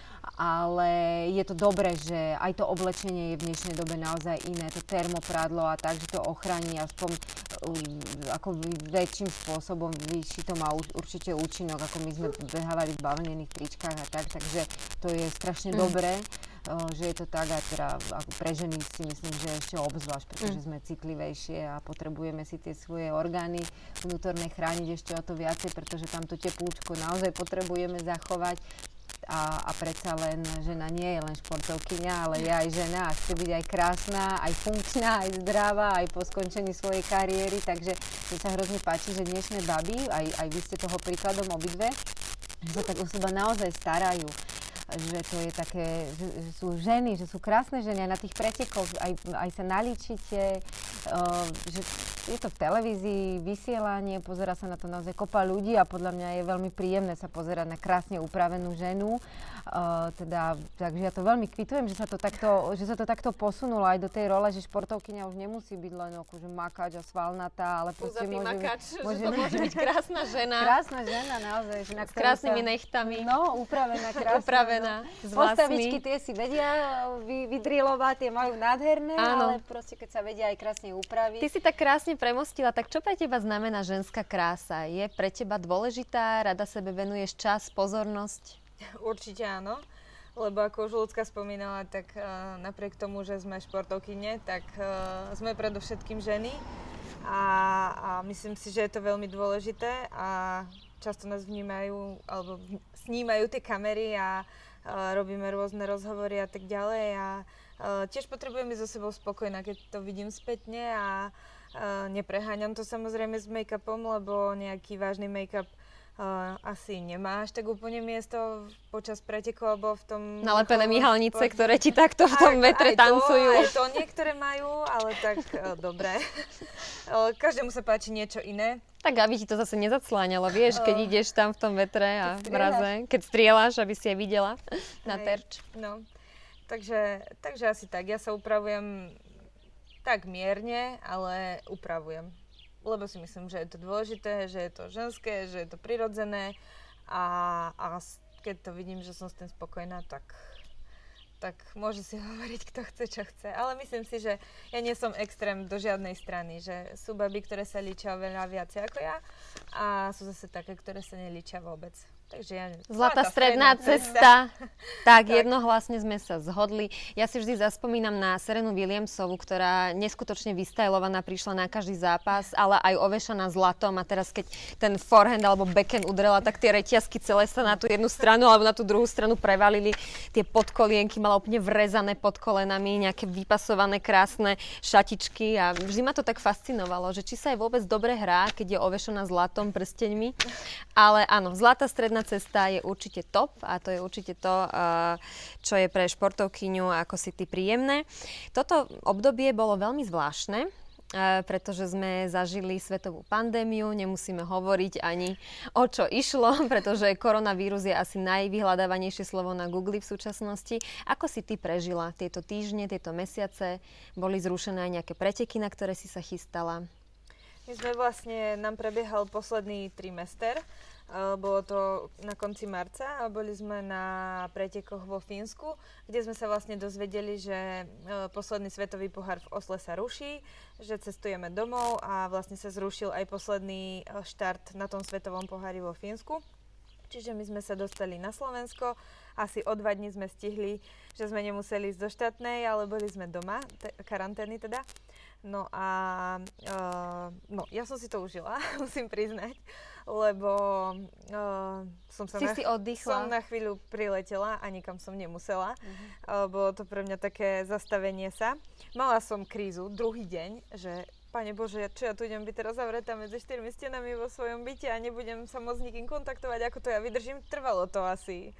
Ale je to dobré, že aj to oblečenie je v dnešnej dobe naozaj iné, to termoprádlo a tak, že to ochrání aspoň um, ako väčším spôsobom, vyšší to má určite účinok, ako my sme behávali v bavlnených tričkách a tak, takže to je strašne mm. dobré, uh, že je to tak a teda ako pre ženy si myslím, že ešte obzvlášť, pretože mm. sme citlivejšie a potrebujeme si tie svoje orgány vnútorné chrániť ešte o to viacej, pretože tamto teplúčko naozaj potrebujeme zachovať. A, a predsa len žena nie je len športovkyňa, ale je aj žena a chce byť aj krásna, aj funkčná, aj zdravá, aj po skončení svojej kariéry, takže mi sa hrozne páči, že dnešné baby, aj, aj vy ste toho príkladom obidve, že sa tak o seba naozaj starajú. Že to je také, že, že sú ženy, že sú krásne ženy aj na tých pretekoch, aj, aj sa nalíčite, uh, že je to v televízii, vysielanie, pozerá sa na to naozaj kopa ľudí a podľa mňa je veľmi príjemné sa pozerať na krásne upravenú ženu. Uh, teda, takže ja to veľmi kvitujem, že sa to takto, že sa to takto posunulo aj do tej role, že športovkyňa už nemusí byť len akože makač a svalnatá, ale proste môže, makač, môže, že to môže byť krásna žena. Krásna žena, naozaj. Že na s krásnymi sa, nechtami. No, upravená, krásna. Upravená, no. s vlasmi. Postavičky tie si vedia vy, vydrilovať, tie majú nádherné, áno. ale proste keď sa vedia aj krásne upraviť. Ty si tak krásne premostila, tak čo pre teba znamená ženská krása? Je pre teba dôležitá? Rada sebe venuješ čas, pozornosť? Určite áno, lebo ako už Ľudská spomínala, tak uh, napriek tomu, že sme športovkyne, tak uh, sme predovšetkým ženy a, a myslím si, že je to veľmi dôležité a často nás vnímajú, alebo snímajú tie kamery a uh, robíme rôzne rozhovory a tak ďalej a uh, tiež potrebujem byť so sebou spokojná, keď to vidím spätne a uh, nepreháňam to samozrejme s make-upom, lebo nejaký vážny make-up Uh, asi nemáš tak úplne miesto počas preteku, alebo v tom... Nalepené myhalnice, športe, ktoré ti takto v tom vetre aj tancujú. To, aj to niektoré majú, ale tak uh, dobre. uh, každému sa páči niečo iné. Tak aby ti to zase nezacláňalo, vieš, keď uh, ideš tam v tom vetre a v mraze. Keď strieľaš, aby si aj videla na hej, terč. No, takže, takže asi tak. Ja sa upravujem tak mierne, ale upravujem. Lebo si myslím, že je to dôležité, že je to ženské, že je to prirodzené a, a keď to vidím, že som s tým spokojná, tak, tak môže si hovoriť, kto chce, čo chce. Ale myslím si, že ja nie som extrém do žiadnej strany, že sú baby, ktoré sa líčia oveľa viacej ako ja a sú zase také, ktoré sa nelíčia vôbec. Takže ja... Zlatá stredná, stredná cesta. cesta. Tak, tak, jednohlasne sme sa zhodli. Ja si vždy zaspomínam na Serenu Williamsovú, ktorá neskutočne vystajlovaná prišla na každý zápas, ale aj ovešaná zlatom a teraz keď ten forehand alebo backhand udrela, tak tie reťazky celé sa na tú jednu stranu alebo na tú druhú stranu prevalili. Tie podkolienky mala úplne vrezané pod kolenami, nejaké vypasované krásne šatičky a vždy ma to tak fascinovalo, že či sa aj vôbec dobre hrá, keď je ovešaná zlatom, prsteňmi. Ale áno, zlatá stredná cesta je určite top a to je určite to, čo je pre športovkyňu ako si ty príjemné. Toto obdobie bolo veľmi zvláštne, pretože sme zažili svetovú pandémiu, nemusíme hovoriť ani o čo išlo, pretože koronavírus je asi najvyhľadávanejšie slovo na Google v súčasnosti. Ako si ty prežila tieto týždne, tieto mesiace? Boli zrušené aj nejaké preteky, na ktoré si sa chystala? My sme vlastne, nám prebiehal posledný trimester, uh, bolo to na konci marca a boli sme na pretekoch vo Fínsku, kde sme sa vlastne dozvedeli, že uh, posledný svetový pohár v Osle sa ruší, že cestujeme domov a vlastne sa zrušil aj posledný uh, štart na tom svetovom pohári vo Fínsku. Čiže my sme sa dostali na Slovensko, asi o dva dní sme stihli, že sme nemuseli ísť do štátnej, ale boli sme doma, te- karantény teda. No a uh, no, ja som si to užila, musím priznať, lebo uh, som, sa si na, si oddychla. som na chvíľu priletela a nikam som nemusela. Uh-huh. Uh, bolo to pre mňa také zastavenie sa. Mala som krízu druhý deň, že Pane Bože, čo ja tu idem byť teraz zavretá medzi štyrmi stenami vo svojom byte a nebudem sa môcť s nikým kontaktovať, ako to ja vydržím. Trvalo to asi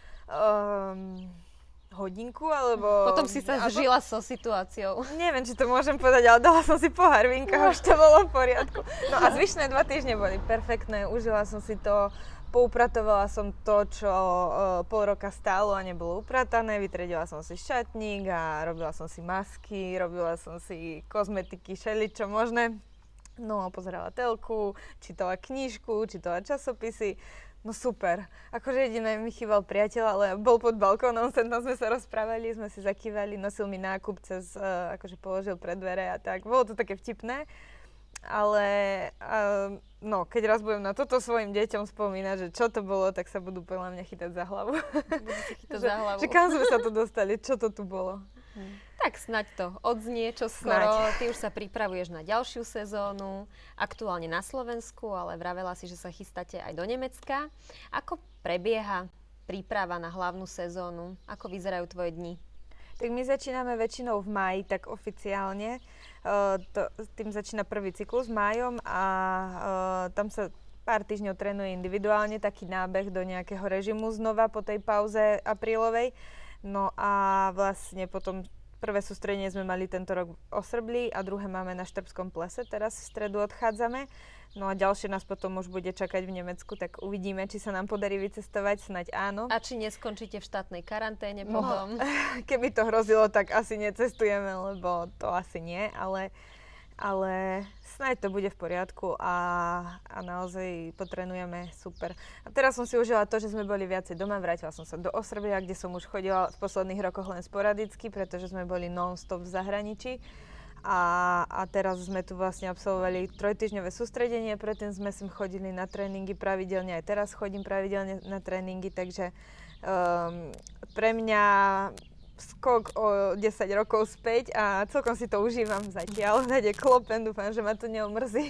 um, hodinku, alebo... Potom si sa zžila so situáciou. Neviem, či to môžem povedať, ale dala som si pohár vínka, no. Už to bolo v poriadku. No a zvyšné dva týždne boli perfektné, užila som si to, poupratovala som to, čo uh, pol roka stálo a nebolo upratané, vytriedila som si šatník a robila som si masky, robila som si kozmetiky, všeličo možné. No, pozerala telku, čítala knižku, čítala časopisy. No super. Akože jediné mi chýbal priateľ, ale bol pod balkónom, sem tam sme sa rozprávali, sme si zakývali, nosil mi nákup cez, uh, akože položil pred dvere a tak. Bolo to také vtipné. Ale uh, no, keď raz budem na toto svojim deťom spomínať, že čo to bolo, tak sa budú podľa mňa chytať za hlavu. Budú sa chytať že, za hlavu. Že kam sme sa tu dostali, čo to tu bolo. Hmm. Tak snaď to odznie čo skoro. Ty už sa pripravuješ na ďalšiu sezónu, aktuálne na Slovensku, ale vravela si, že sa chystáte aj do Nemecka. Ako prebieha príprava na hlavnú sezónu? Ako vyzerajú tvoje dni? Tak my začíname väčšinou v máji, tak oficiálne. Uh, to, tým začína prvý cyklus májom a uh, tam sa pár týždňov trénuje individuálne, taký nábeh do nejakého režimu znova po tej pauze aprílovej. No a vlastne potom prvé sústredenie sme mali tento rok v Osrbli a druhé máme na Štrbskom plese, teraz v stredu odchádzame. No a ďalšie nás potom už bude čakať v Nemecku, tak uvidíme, či sa nám podarí vycestovať, snaď áno. A či neskončíte v štátnej karanténe potom? No, keby to hrozilo, tak asi necestujeme, lebo to asi nie, ale, ale snaď to bude v poriadku a, a naozaj potrenujeme super. A teraz som si užila to, že sme boli viacej doma, vrátila som sa do Osrblia, kde som už chodila v posledných rokoch len sporadicky, pretože sme boli non-stop v zahraničí. A, a teraz sme tu vlastne absolvovali trojtýždňové sústredenie, predtým sme sem chodili na tréningy pravidelne, aj teraz chodím pravidelne na tréningy, takže um, pre mňa skok o desať rokov späť a celkom si to užívam zatiaľ. Nade klopem, dúfam, že ma to neomrzí.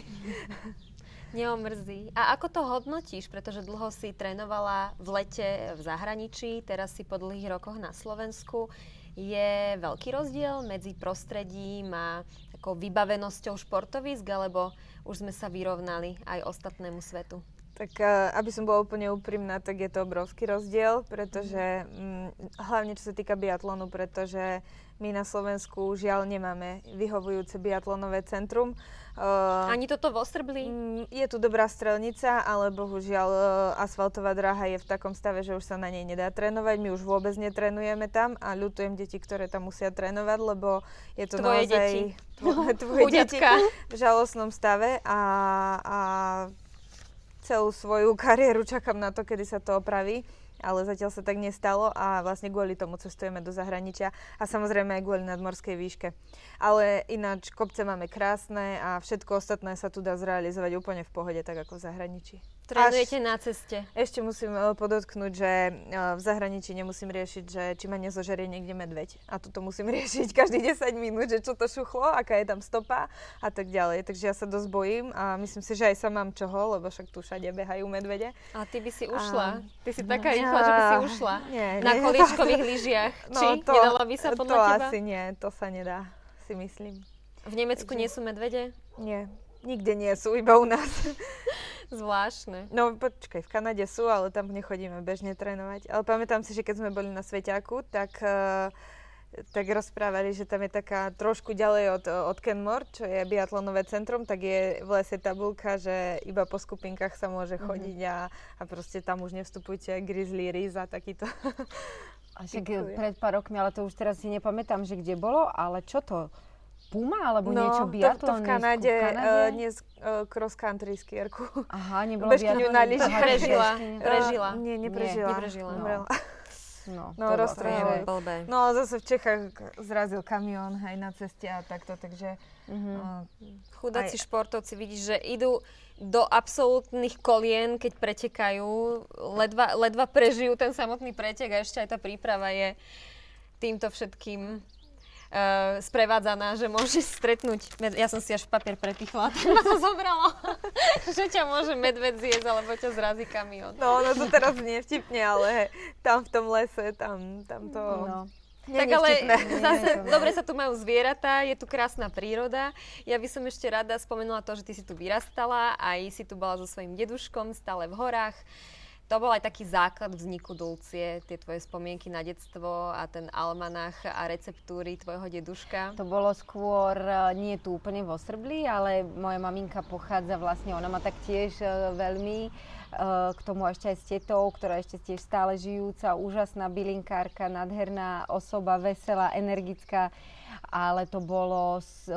Neomrzí. A ako to hodnotíš? Pretože dlho si trénovala v lete v zahraničí, teraz si po dlhých rokoch na Slovensku. Je veľký rozdiel medzi prostredím a takou vybavenosťou športovísk, alebo už sme sa vyrovnali aj ostatnému svetu? Tak aby som bola úplne úprimná, tak je to obrovský rozdiel, pretože mm, hlavne čo sa týka biatlonu, pretože my na Slovensku žiaľ nemáme vyhovujúce biatlonové centrum. Uh, Ani toto v Osrbli? Je tu dobrá strelnica, ale bohužiaľ uh, asfaltová dráha je v takom stave, že už sa na nej nedá trénovať. My už vôbec netrénujeme tam a ľutujem deti, ktoré tam musia trénovať, lebo je to tvoje naozaj... Deti. Tvoje, tvoje deti v žalostnom stave a, a celú svoju kariéru čakám na to, kedy sa to opraví. Ale zatiaľ sa tak nestalo a vlastne kvôli tomu cestujeme do zahraničia a samozrejme aj kvôli nadmorskej výške. Ale ináč kopce máme krásne a všetko ostatné sa tu dá zrealizovať úplne v pohode, tak ako v zahraničí. Trénujete na ceste? Ešte musím podotknúť, že v zahraničí nemusím riešiť, že či ma nezožerie niekde medveď. A tuto musím riešiť každých desať minút, že čo to šuchlo, aká je tam stopa a tak ďalej. Takže ja sa dosť bojím a myslím si, že aj sa mám čoho, lebo však tu všade behajú medvede. A ty by si ušla. A... Ty si taká ja... rýchla, že by si ušla. Nie, na nie, koliečkových lyžiach. No, či? To, Nedalo by sa podľa to teba? To asi nie, to sa nedá, si myslím. V Nemecku Takže... nie sú medvede? Nie, nikde nie sú, iba u nás. Zvláštne. No počkaj, v Kanade sú, ale tam nechodíme bežne trénovať. Ale pamätám si, že keď sme boli na Sveťáku, tak, uh, tak rozprávali, že tam je taká trošku ďalej od, od Kenmore, čo je biatlonové centrum, tak je v lese tabuľka, že iba po skupinkách sa môže chodiť mm-hmm. a, a proste tam už nevstupujte grizzly, rys a takýto. A však pred pár rokmi, ale to už teraz si nepamätám, že kde bolo, ale čo to? Puma alebo no, niečo biatlon? To, to v Kanade, v Kanade? Uh, nie uh, cross-country skierku. Aha, nebolo Bežkyňu na lyžiach. Prežila, prežila. Uh, nie, neprežila. Nie, neprežila. Umrela. No, no roztrhali. No a zase v Čechách zrazil kamión aj na ceste a takto, takže... Mm-hmm. Uh, Chudáci aj... športovci, vidíš, že idú do absolútnych kolien, keď pretekajú, ledva, ledva prežijú ten samotný pretek a ešte aj tá príprava je týmto všetkým Uh, sprevádzaná, že môžeš stretnúť, med- ja som si až papier prepichla, tak ma to zobralo, že ťa môže medveď zjesť, alebo ťa zrazí kamión. No, no to teraz nie vtipne, ale tam v tom lese, tam, tam to... No. Tak ale zase, dobre sa tu majú zvieratá, je tu krásna príroda. Ja by som ešte rada spomenula to, že ty si tu vyrastala, aj si tu bola so svojím deduškom, stále v horách. To bol aj taký základ vzniku Dulcie, tie tvoje spomienky na detstvo a ten almanach a receptúry tvojho deduška. To bolo skôr, nie tu úplne vo Srbli, ale moja maminka pochádza vlastne, ona má tak tiež veľmi k tomu ešte aj s tetou, ktorá ešte tiež stále žijúca, úžasná bylinkárka, nádherná osoba, veselá, energická. Ale to bolo s,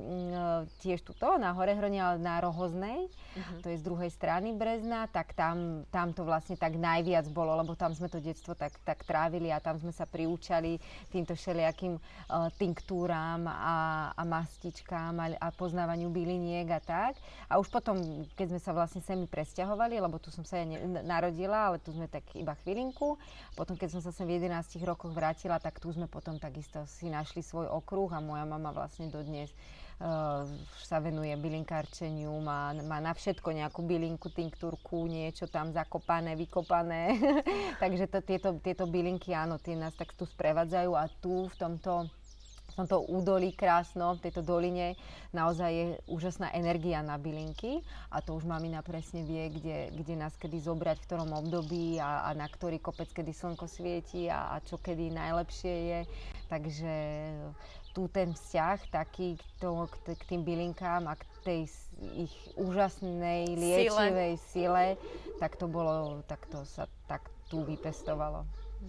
um, tiež tuto na Horehrone, ale na Rohoznej, uh-huh. to je z druhej strany Brezna, tak tam, tam to vlastne tak najviac bolo, lebo tam sme to detstvo tak, tak trávili a tam sme sa priúčali týmto všelijakým uh, tinktúram a, a mastičkám a, a poznávaniu byliniek a tak. A už potom, keď sme sa vlastne semi presťahovali, lebo tu som sa ja ne, narodila, ale tu sme tak iba chvílinku. Potom, keď som sa sem v jedenástich rokoch vrátila, tak tu sme potom takisto si našli svoj okruh a moja mama vlastne dodnes uh, sa venuje bylinkárčeniu, má, má na všetko nejakú bylinku, tinktúrku, niečo tam zakopané, vykopané. Takže to, tieto, tieto bylinky, áno, tie nás tak tu sprevádzajú a tu v tomto v tomto údolí krásno, v tejto doline, naozaj je úžasná energia na bylinky a to už mamina presne vie, kde, kde nás kedy zobrať, v ktorom období a, a na ktorý kopec, kedy slnko svieti a, a čo kedy najlepšie je. Takže tu ten vzťah taký k, to, k, k tým bylinkám a k tej ich úžasnej liečivej sile, tak to bolo, tak to sa tak tu vypestovalo.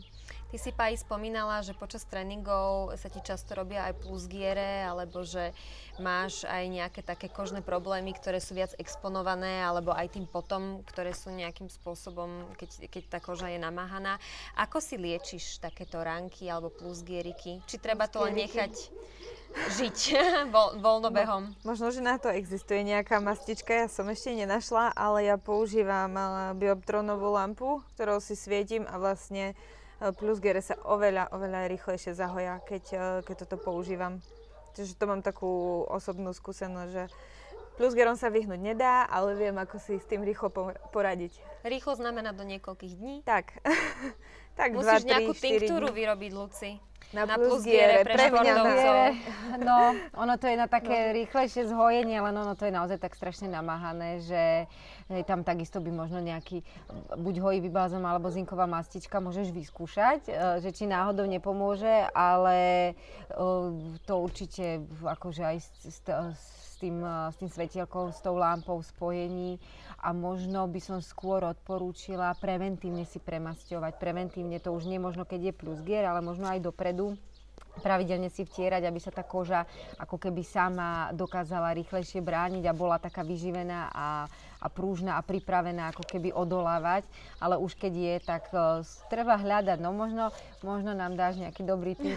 Ty si, Paji, spomínala, že počas tréningov sa ti často robia aj plusgiere, alebo že máš aj nejaké také kožné problémy, ktoré sú viac exponované, alebo aj tým potom, ktoré sú nejakým spôsobom, keď, keď tá koža je namáhaná. Ako si liečiš takéto ranky alebo plusgieriky? Či treba to len nechať žiť voľ, voľnobehom? Mo, možno, že na to existuje nejaká mastička, ja som ešte nenašla, ale ja používam bioptronovú lampu, ktorou si svietim a vlastne plusgiere sa oveľa, oveľa rýchlejšie zahoja, keď, keď toto používam. Čiže to mám takú osobnú skúsenosť, že plusgierom sa vyhnúť nedá, ale viem, ako si s tým rýchlo poradiť. Rýchlo znamená do niekoľkých dní? Tak. tak musíš dva, nejakú tri, štyri tinktúru dní. vyrobiť, Luci. Na, na plusgiere, pre športovcov. No, ono to je na také no. rýchlejšie zhojenie, len ono to je naozaj tak strašne namáhané, že hej, tam takisto by možno nejaký buď hojivý balzám alebo zinková mastička môžeš vyskúšať, že či náhodou nepomôže, ale to určite akože aj s, s, s tým, s tým svetielkom, s tou lámpou v spojení a možno by som skôr odporúčila preventívne si premasťovať. Preventívne to už nie možno, keď je plusgier, ale možno aj dopredu pravidelne si vtierať, aby sa tá koža ako keby sama dokázala rýchlejšie brániť a bola taká vyživená a, a prúžna a pripravená ako keby odolávať. Ale už keď je, tak uh, treba hľadať. No možno, možno nám dáš nejaký dobrý tip.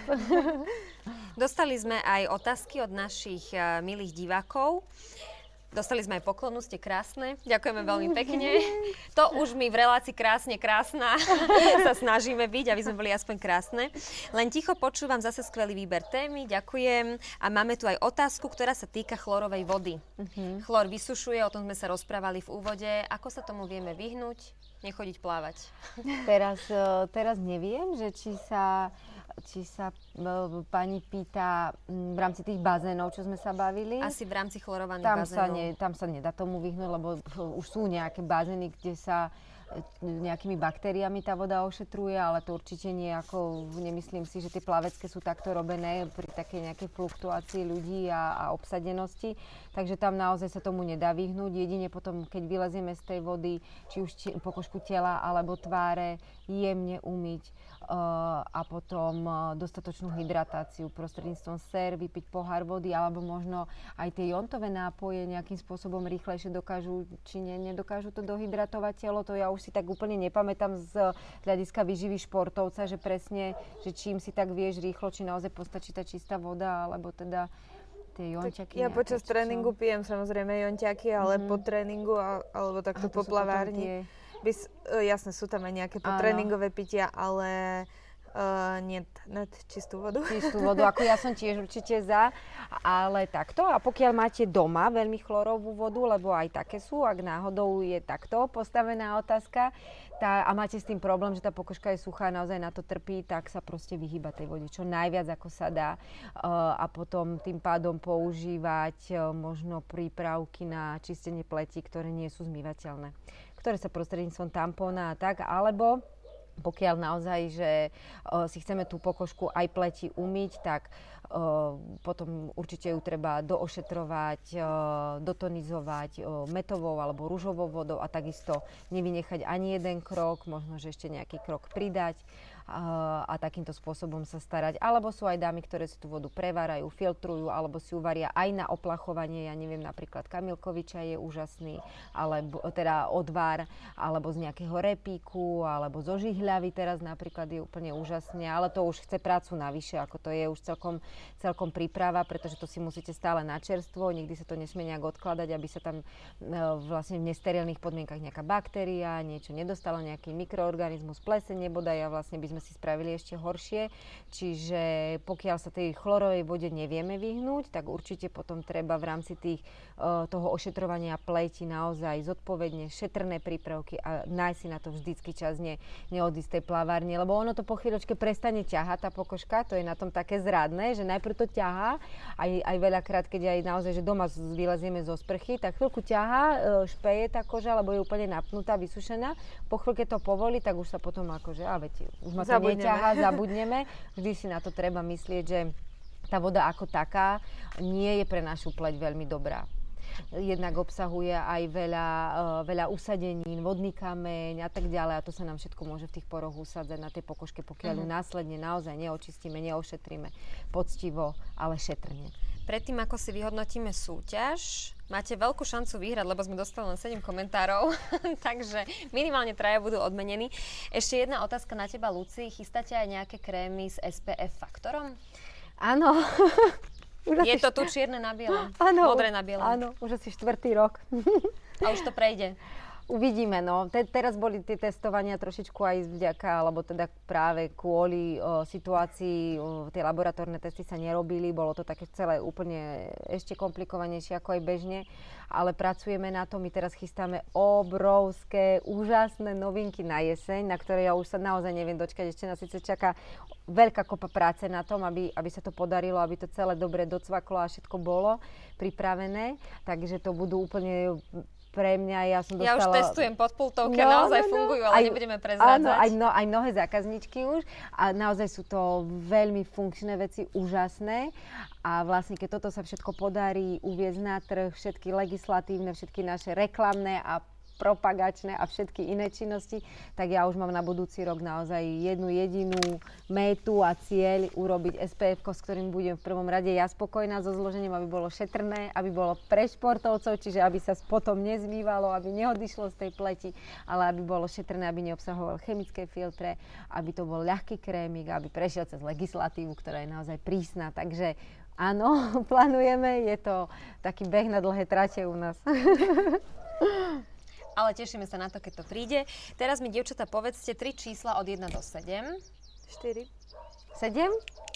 Dostali sme aj otázky od našich uh, milých divákov. Dostali sme aj poklonu, ste krásne. Ďakujeme veľmi pekne. To už my v relácii krásne, krásna sa snažíme byť, aby sme boli aspoň krásne. Len ticho počúvam zase skvelý výber témy, ďakujem. A máme tu aj otázku, ktorá sa týka chlorovej vody. Uh-huh. Chlor vysušuje, o tom sme sa rozprávali v úvode. Ako sa tomu vieme vyhnúť? Nechodiť plávať. Teraz, teraz neviem, že či sa, či sa pani pýta v rámci tých bazénov, čo sme sa bavili. Asi v rámci chlorovaných tam bazénov. Sa ne, tam sa nedá tomu vyhnúť, lebo už sú nejaké bazény, kde sa nejakými baktériami tá voda ošetruje, ale to určite nie ako, nemyslím si, že tie plavecké sú takto robené pri takej nejakej fluktuácii ľudí a, a obsadenosti, takže tam naozaj sa tomu nedá vyhnúť. Jedine potom, keď vylezieme z tej vody, či už či, pokožku tela alebo tváre, jemne umyť uh, a potom uh, dostatočnú hydratáciu prostredníctvom sér, vypiť pohár vody, alebo možno aj tie jontové nápoje nejakým spôsobom rýchlejšie dokážu, či ne, nedokážu to dohydratovať telo. To ja už si tak úplne nepamätám z hľadiska výživy športovca, že presne, že čím si tak vieš rýchlo, či naozaj postačí tá čistá voda, alebo teda tie jonťaky. Ja počas nejaké, tréningu čo? pijem samozrejme jonťaky, ale Mhm. po tréningu a, alebo takto Aha, to po sú potom plavárni. tie- Bys, e, jasné, sú tam aj nejaké Áno. potréningové pitia, ale uh, nie, net čistú vodu. Čistú vodu, ako ja som tiež určite za, ale takto. A pokiaľ máte doma veľmi chlorovú vodu, lebo aj také sú, ak náhodou je takto postavená otázka, tá, a máte s tým problém, že tá pokožka je suchá a naozaj na to trpí, tak sa proste vyhýba tej vode čo najviac, ako sa dá. Uh, a potom tým pádom používať uh, možno prípravky na čistenie pleti, ktoré nie sú zmývateľné, ktoré sa prostredníctvom tampóna a tak, alebo pokiaľ naozaj, že uh, si chceme tú pokožku aj pleti umyť, tak uh, potom určite ju treba doošetrovať, uh, dotonizovať uh, metovou alebo ružovou vodou a takisto nevynechať ani jeden krok, možno, že ešte nejaký krok pridať uh, a takýmto spôsobom sa starať. Alebo sú aj dámy, ktoré si tú vodu prevárajú, filtrujú, alebo si ju varia aj na oplachovanie. Ja neviem, napríklad kamilkoviča je úžasný, alebo teda odvar, alebo z nejakého repíku, alebo zo žihľavy teraz napríklad je úplne úžasne, ale to už chce prácu navyše, ako to je už celkom, celkom príprava, pretože to si musíte stále na čerstvo, nikdy sa to nesmie nejak odkladať, aby sa tam uh, vlastne v nesterilných podmienkach nejaká baktéria, niečo nedostalo, nejaký mikroorganizmus, plesenie bodaj a vlastne by sme si spravili ešte horšie. Čiže pokiaľ sa tej chlorovej vode nevieme vyhnúť, tak určite potom treba v rámci tých, uh, toho ošetrovania pleti naozaj zodpovedne šetrné prípravky a nájsť si na to vždycky čas, ne, neodísť z tej plavárne, lebo ono to po chvíľočke prestane ťahať tá pokožka, to je na tom také zradné, že najprv to ťahá, aj, aj veľakrát, keď aj naozaj, že doma vylezieme zo sprchy, tak chvíľku ťahá, uh, špeje tá koža, lebo je úplne napnutá, vysušená. Po chvíľke to povolí, tak už sa potom akože, a viete, už ma to Zabudneme. neťahá, zabudneme. Vždy si na to treba myslieť, že tá voda ako taká nie je pre našu pleť veľmi dobrá. Jednak obsahuje aj veľa, uh, veľa usadenín, vodný kameň a tak ďalej a to sa nám všetko môže v tých poroch usádzať na tej pokožke, pokiaľ ju následne naozaj neočistíme, neošetríme poctivo, ale šetrne. Predtým, ako si vyhodnotíme súťaž, máte veľkú šancu vyhrať, lebo sme dostali len sedem komentárov, takže minimálne traja budú odmenení. Ešte jedna otázka na teba, Luci. Chystáte aj nejaké krémy s es pé ef faktorom? Áno. Je to tu čierne na bielom? Áno, Modré na bielom? áno, už asi štvrtý rok. A už to prejde? Uvidíme, no. Te, teraz boli tie testovania trošičku aj vďaka, alebo teda práve kvôli o, situácii, o, tie laboratórne testy sa nerobili, bolo to také celé úplne ešte komplikovanejšie ako aj bežne, ale pracujeme na tom, my teraz chystáme obrovské, úžasné novinky na jeseň, na ktoré ja už sa naozaj neviem dočkať, ešte nás síce čaká veľká kopa práce na tom, aby, aby sa to podarilo, aby to celé dobre docvaklo a všetko bolo pripravené, takže to budú úplne pre mňa, ja som dostala... Ja už testujem pod pultovke, no, naozaj no, no. fungujú, ale aj, nebudeme prezrádzať. Áno, aj, no, aj mnohé zákazničky už a naozaj sú to veľmi funkčné veci, úžasné a vlastne keď toto sa všetko podarí uviesť na trh, všetky legislatívne, všetky naše reklamné a propagačné a všetky iné činnosti, tak ja už mám na budúci rok naozaj jednu jedinú métu a cieľ urobiť es pé efko, s ktorým budem v prvom rade ja spokojná so zložením, aby bolo šetrné, aby bolo pre športovcov, čiže aby sa potom nezmývalo, aby neodišlo z tej pleti, ale aby bolo šetrné, aby neobsahoval chemické filtre, aby to bol ľahký krémik, aby prešiel cez legislatívu, ktorá je naozaj prísna. Takže áno, plánujeme, je to taký beh na dlhé trate u nás. Ale tešíme sa na to, keď to príde. Teraz mi, dievčatá, povedzte tri čísla od jeden do sedem. štyri. sedem?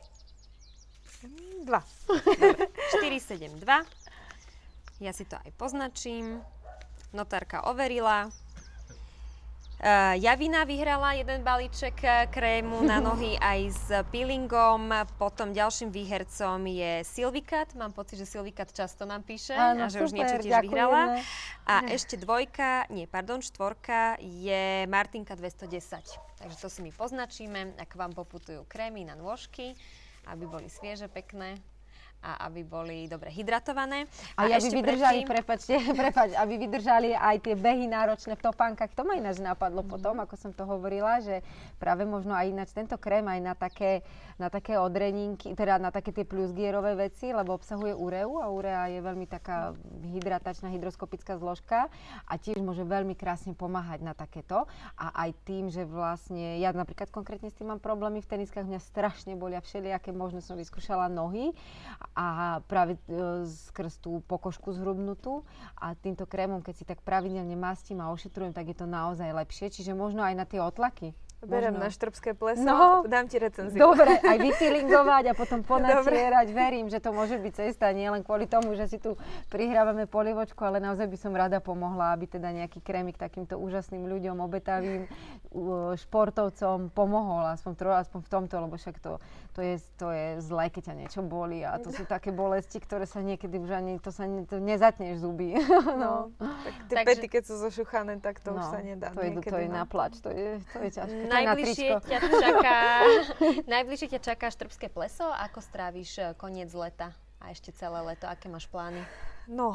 dva. štyri, sedem, dva. Ja si to aj poznačím. Notárka overila. Uh, Javina vyhrala jeden balíček krému na nohy aj s peelingom. Potom ďalším výhercom je Silvikat. Mám pocit, že Silvikat často nám píše Áno, a že super, už niečo tiež ďakujeme. vyhrala. A ešte dvojka, nie, pardon, štvorka je Martinka dvestodesať. Takže to si my poznačíme, ak vám poputujú krémy na nôžky, aby boli svieže, pekné a aby boli dobre hydratované. A, a aby vydržali, predtým... prepačte, prepač, aby vydržali aj tie behy náročné v topánkach. To ma ináč napadlo mm. potom, ako som to hovorila, že práve možno aj ináč tento krém aj na také, na také odreninky, teda na také tie plusgierové veci, lebo obsahuje ureu a urea je veľmi taká hydratačná, hydroskopická zložka a tiež môže veľmi krásne pomáhať na takéto. A aj tým, že vlastne, ja napríklad konkrétne s tým mám problémy v teniskách, mňa strašne bolia všelijaké, možno som vyskúšala nohy a práve e, skrz tú pokožku zhrubnutú a týmto krémom, keď si tak pravidelne mastím a ošetrujem, tak je to naozaj lepšie. Čiže možno aj na tie otlaky. Beriem možno... na štrbské pleso, no, dám ti recenziu. Dobre, aj vyfeelingovať a potom ponatierať. Verím, že to môže byť cesta, nie len kvôli tomu, že si tu prihrávame polivočku, ale naozaj by som rada pomohla, aby teda nejaký krémik takýmto úžasným ľuďom, obetavým športovcom pomohol, aspoň, tro, aspoň v tomto, lebo však to, to, je, to je zlé, keď ťa niečo bolí a to sú také bolesti, ktoré sa niekedy už ani, to sa ne, to nezatneš zuby. No. Tak tie Takže... pety, keď sú zošuchané, tak to no, už sa nedá. To je, to je na plač, to je, to je ťažké. Najbližšie ťa čaká, najbližšie ťa čaká štrbské pleso. Ako stráviš koniec leta a ešte celé leto? Aké máš plány? No,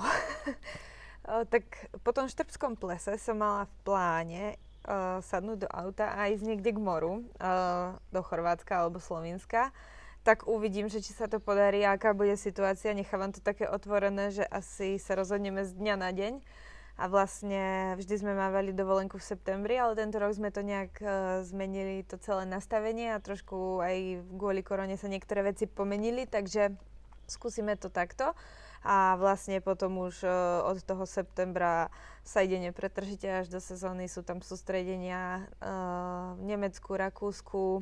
tak po tom štrbskom plese som mala v pláne uh, sadnúť do auta a ísť niekde k moru, uh, do Chorvátska alebo Slovenska. Tak uvidím, že či sa to podarí, aká bude situácia. Nechávam to také otvorené, že asi sa rozhodneme z dňa na deň. A vlastne vždy sme mávali dovolenku v septembri, ale tento rok sme to nejak uh, zmenili, to celé nastavenie a trošku aj kvôli korone sa niektoré veci pomenili, takže skúsime to takto. A vlastne potom už uh, od toho septembra sa ide nepretržite až do sezóny, sú tam sústredenia uh, v Nemecku, Rakúsku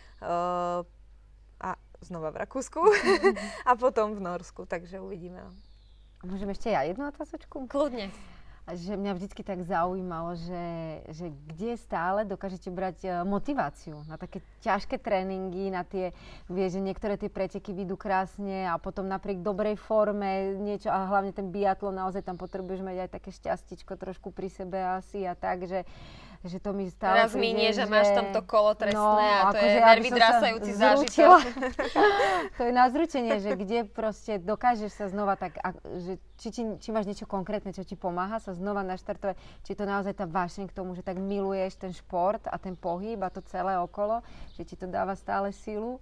uh, a znova v Rakúsku a potom v Norsku, takže uvidíme. Môžem ešte ja jednu otázočku? Kľudne. Že mňa vždycky tak zaujímalo, že, že kde stále dokážete brať uh, motiváciu na také ťažké tréningy, na tie, vie, že niektoré tie preteky vidú krásne a potom napriek dobrej forme niečo, a hlavne ten biatlon, naozaj tam potrebuješ mať aj také šťastičko trošku pri sebe asi a tak, že že to mi stále Teraz minie, že máš tam to kolo trestné no, a to ako je nervy drásajúci zážitok. To je na zručenie, že kde proste dokážeš sa znova tak, a, že či, či, či máš niečo konkrétne, čo ti pomáha sa znova naštartovať, či to naozaj tá vášeň k tomu, že tak miluješ ten šport a ten pohyb a to celé okolo, že ti to dáva stále silu.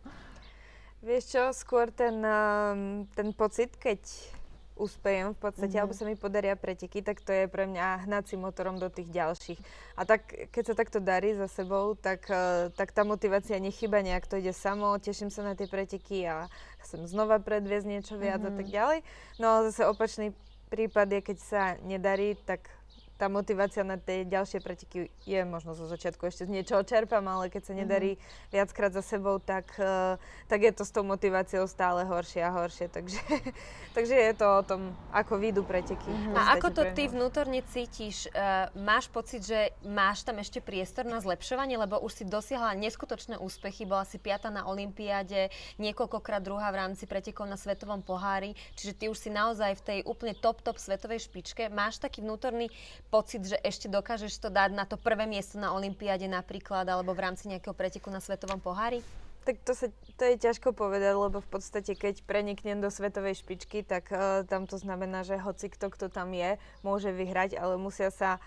Vieš čo, skôr ten, um, ten pocit, keď úspejem v podstate, mm-hmm. alebo sa mi podaria preteky, tak to je pre mňa hnacím motorom do tých ďalších. A tak, keď sa takto darí za sebou, tak, uh, tak tá motivácia nechýba nejak, to ide samo, teším sa na tie preteky a chcem znova predviesť niečo viac mm-hmm. a tak ďalej. No a zase opačný prípad je, keď sa nedarí, tak tá motivácia na tie ďalšie preteky je možno zo začiatku ešte z niečoho čerpám, ale keď sa nedarí mm-hmm. viackrát za sebou, tak, uh, tak je to s tou motiváciou stále horšie a horšie. Takže, takže je to o tom, ako výjdu preteky. Mm-hmm. A ako to ty vnútorne cítiš? Uh, máš pocit, že máš tam ešte priestor na zlepšovanie? Lebo už si dosiahla neskutočné úspechy, bola si piata na olympiáde, niekoľkokrát druhá v rámci pretekov na svetovom pohári, čiže ty už si naozaj v tej úplne top, top svetovej špičke. Máš taký vnútorný pocit, že ešte dokážeš to dať na to prvé miesto na olympiáde napríklad, alebo v rámci nejakého preteku na svetovom pohári? Tak to, sa, to je ťažko povedať, lebo v podstate, keď preniknem do svetovej špičky, tak uh, tam to znamená, že hoci kto, kto tam je, môže vyhrať, ale musia sa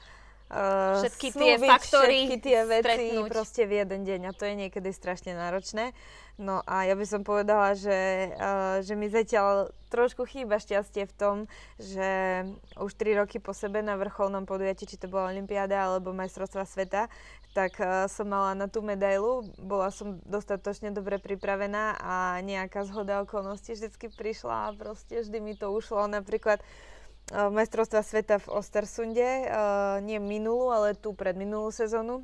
uh, všetky tie faktory všetky tie veci stretnúť proste v jeden deň a to je niekedy strašne náročné. No a ja by som povedala, že, uh, že mi zatiaľ trošku chýba šťastie v tom, že už tri roky po sebe na vrcholnom podujatí, či to bola olympiáda alebo majstrovstvá sveta, tak uh, som mala na tú medailu, bola som dostatočne dobre pripravená a nejaká zhoda okolností vždycky prišla a proste vždy mi to ušlo. Napríklad uh, majstrovstvá sveta v Ostersunde, uh, nie minulú, ale tú predminulú sezónu,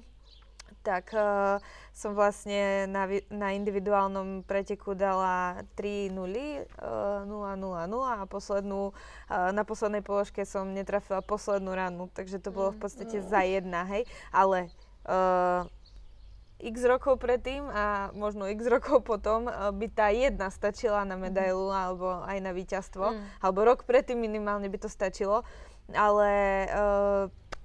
tak uh, som vlastne na, na individuálnom preteku dala tri nuly, uh, nula nula nula a poslednú, uh, na poslednej položke som netrafila poslednú ranu, takže to bolo v podstate za jedna, hej. Ale uh, x rokov predtým a možno x rokov potom uh, by tá jedna stačila na medailu mm. alebo aj na víťazstvo. Mm. Alebo rok predtým minimálne by to stačilo. Ale uh,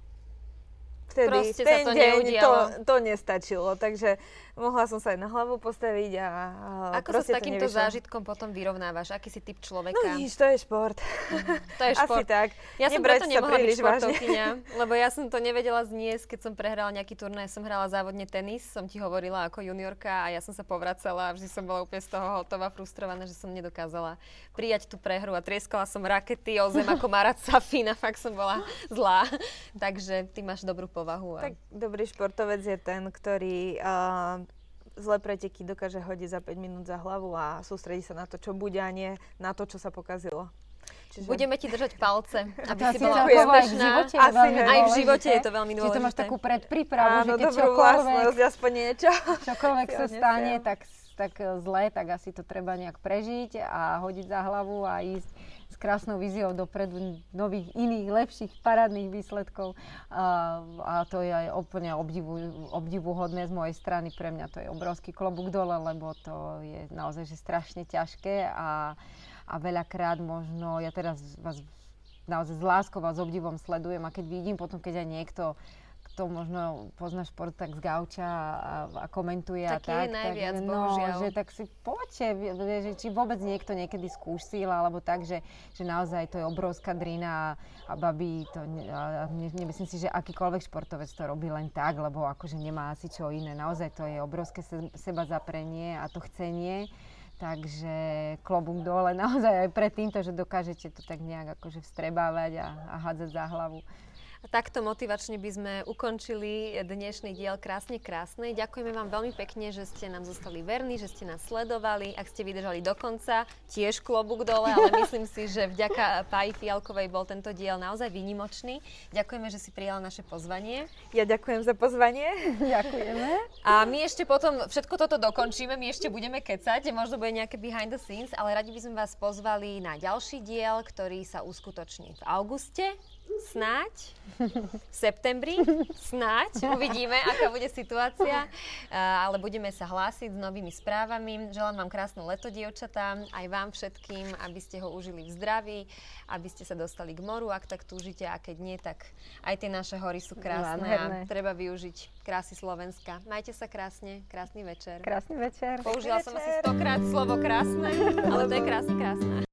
vtedy, proste ten sa to deň neudialo. To, to nestačilo. Takže mohla som sa aj na hlavu postaviť a uh, Ako sa s proste to takýmto nevyšlo. zážitkom potom vyrovnávaš? Aký si typ človeka? No nič, to je šport. To je šport. Asi tak. Ja som Nebrať preto sa nemohla byť príliš vážne. športovkyňa, lebo ja som to nevedela zniesť, keď som prehrala nejaký turnaj, som hrala závodne tenis, som ti hovorila ako juniorka a ja som sa povracala a vždy som bola úplne z toho hotová, frustrovaná, že som nedokázala prijať tú prehru a trieskala som rakety o zem ako Marat Safin a fakt som bola zlá. Takže ty máš dobrú povahu. A... Tak dobrý športovec je ten, ktorý uh, zlé preteky dokáže hodiť za päť minút za hlavu a sústredí sa na to, čo bude a nie na to, čo sa pokazilo. Čiže... Budeme ti držať palce, aby si si bola celkovo aj v úspešná. živote je Asi veľmi hej. Aj v dôležité. živote je to veľmi Čiže dôležité. to máš takú predprípravu, Áno, že keď dobrú čokoľvek, vlastnosť, aspoň niečo. čokoľvek si sa odnesiem. stane, tak, tak zle, tak asi to treba nejak prežiť a hodiť za hlavu a ísť s krásnou víziou dopredu nových, iných, lepších, parádnych výsledkov. A, a to je aj úplne obdivu, obdivuhodné z mojej strany. Pre mňa to je obrovský klobúk dole, lebo to je naozaj že strašne ťažké a, a veľakrát možno, ja teraz vás naozaj s láskou a s obdivom sledujem a keď vidím potom, keď aj niekto kto možno pozná šport tak z gauča a, a komentuje a Taký tak. je najviac, tak, bohužiaľ. No, že tak si poďte, že či vôbec niekto niekedy skúsil, alebo tak, že, že naozaj to je obrovská drina a, a babi to, a, a nemyslím si, že akýkoľvek športovec to robí len tak, lebo akože nemá asi čo iné. Naozaj to je obrovské se, seba zaprenie a to chcenie. Takže klobúk dole naozaj aj pred týmto, že dokážete to tak nejak akože vstrebávať a, a hádzať za hlavu. A takto motivačne by sme ukončili dnešný diel Krásne krásnej. Ďakujeme vám veľmi pekne, že ste nám zostali verní, že ste nás sledovali. Ak ste vydržali do konca, tiež klobúk dole, ale myslím si, že vďaka Páji Fialkovej bol tento diel naozaj výnimočný. Ďakujeme, že si prijala naše pozvanie. Ja ďakujem za pozvanie. Ďakujeme. A my ešte potom všetko toto dokončíme, my ešte budeme kecať, možno bude nejaké behind the scenes, ale radi by sme vás pozvali na ďalší diel, ktorý sa uskutoční v auguste. Snáď, v septembri, snáď, uvidíme, aká bude situácia, ale budeme sa hlásiť s novými správami. Želám vám krásne leto, dievčatá, aj vám všetkým, aby ste ho užili v zdraví, aby ste sa dostali k moru, ak tak túžite, a keď nie, tak aj tie naše hory sú krásne a treba využiť krásy Slovenska. Majte sa krásne, krásny večer. Krásny večer. Použila som asi stokrát slovo krásne, ale to je krásne, krásne.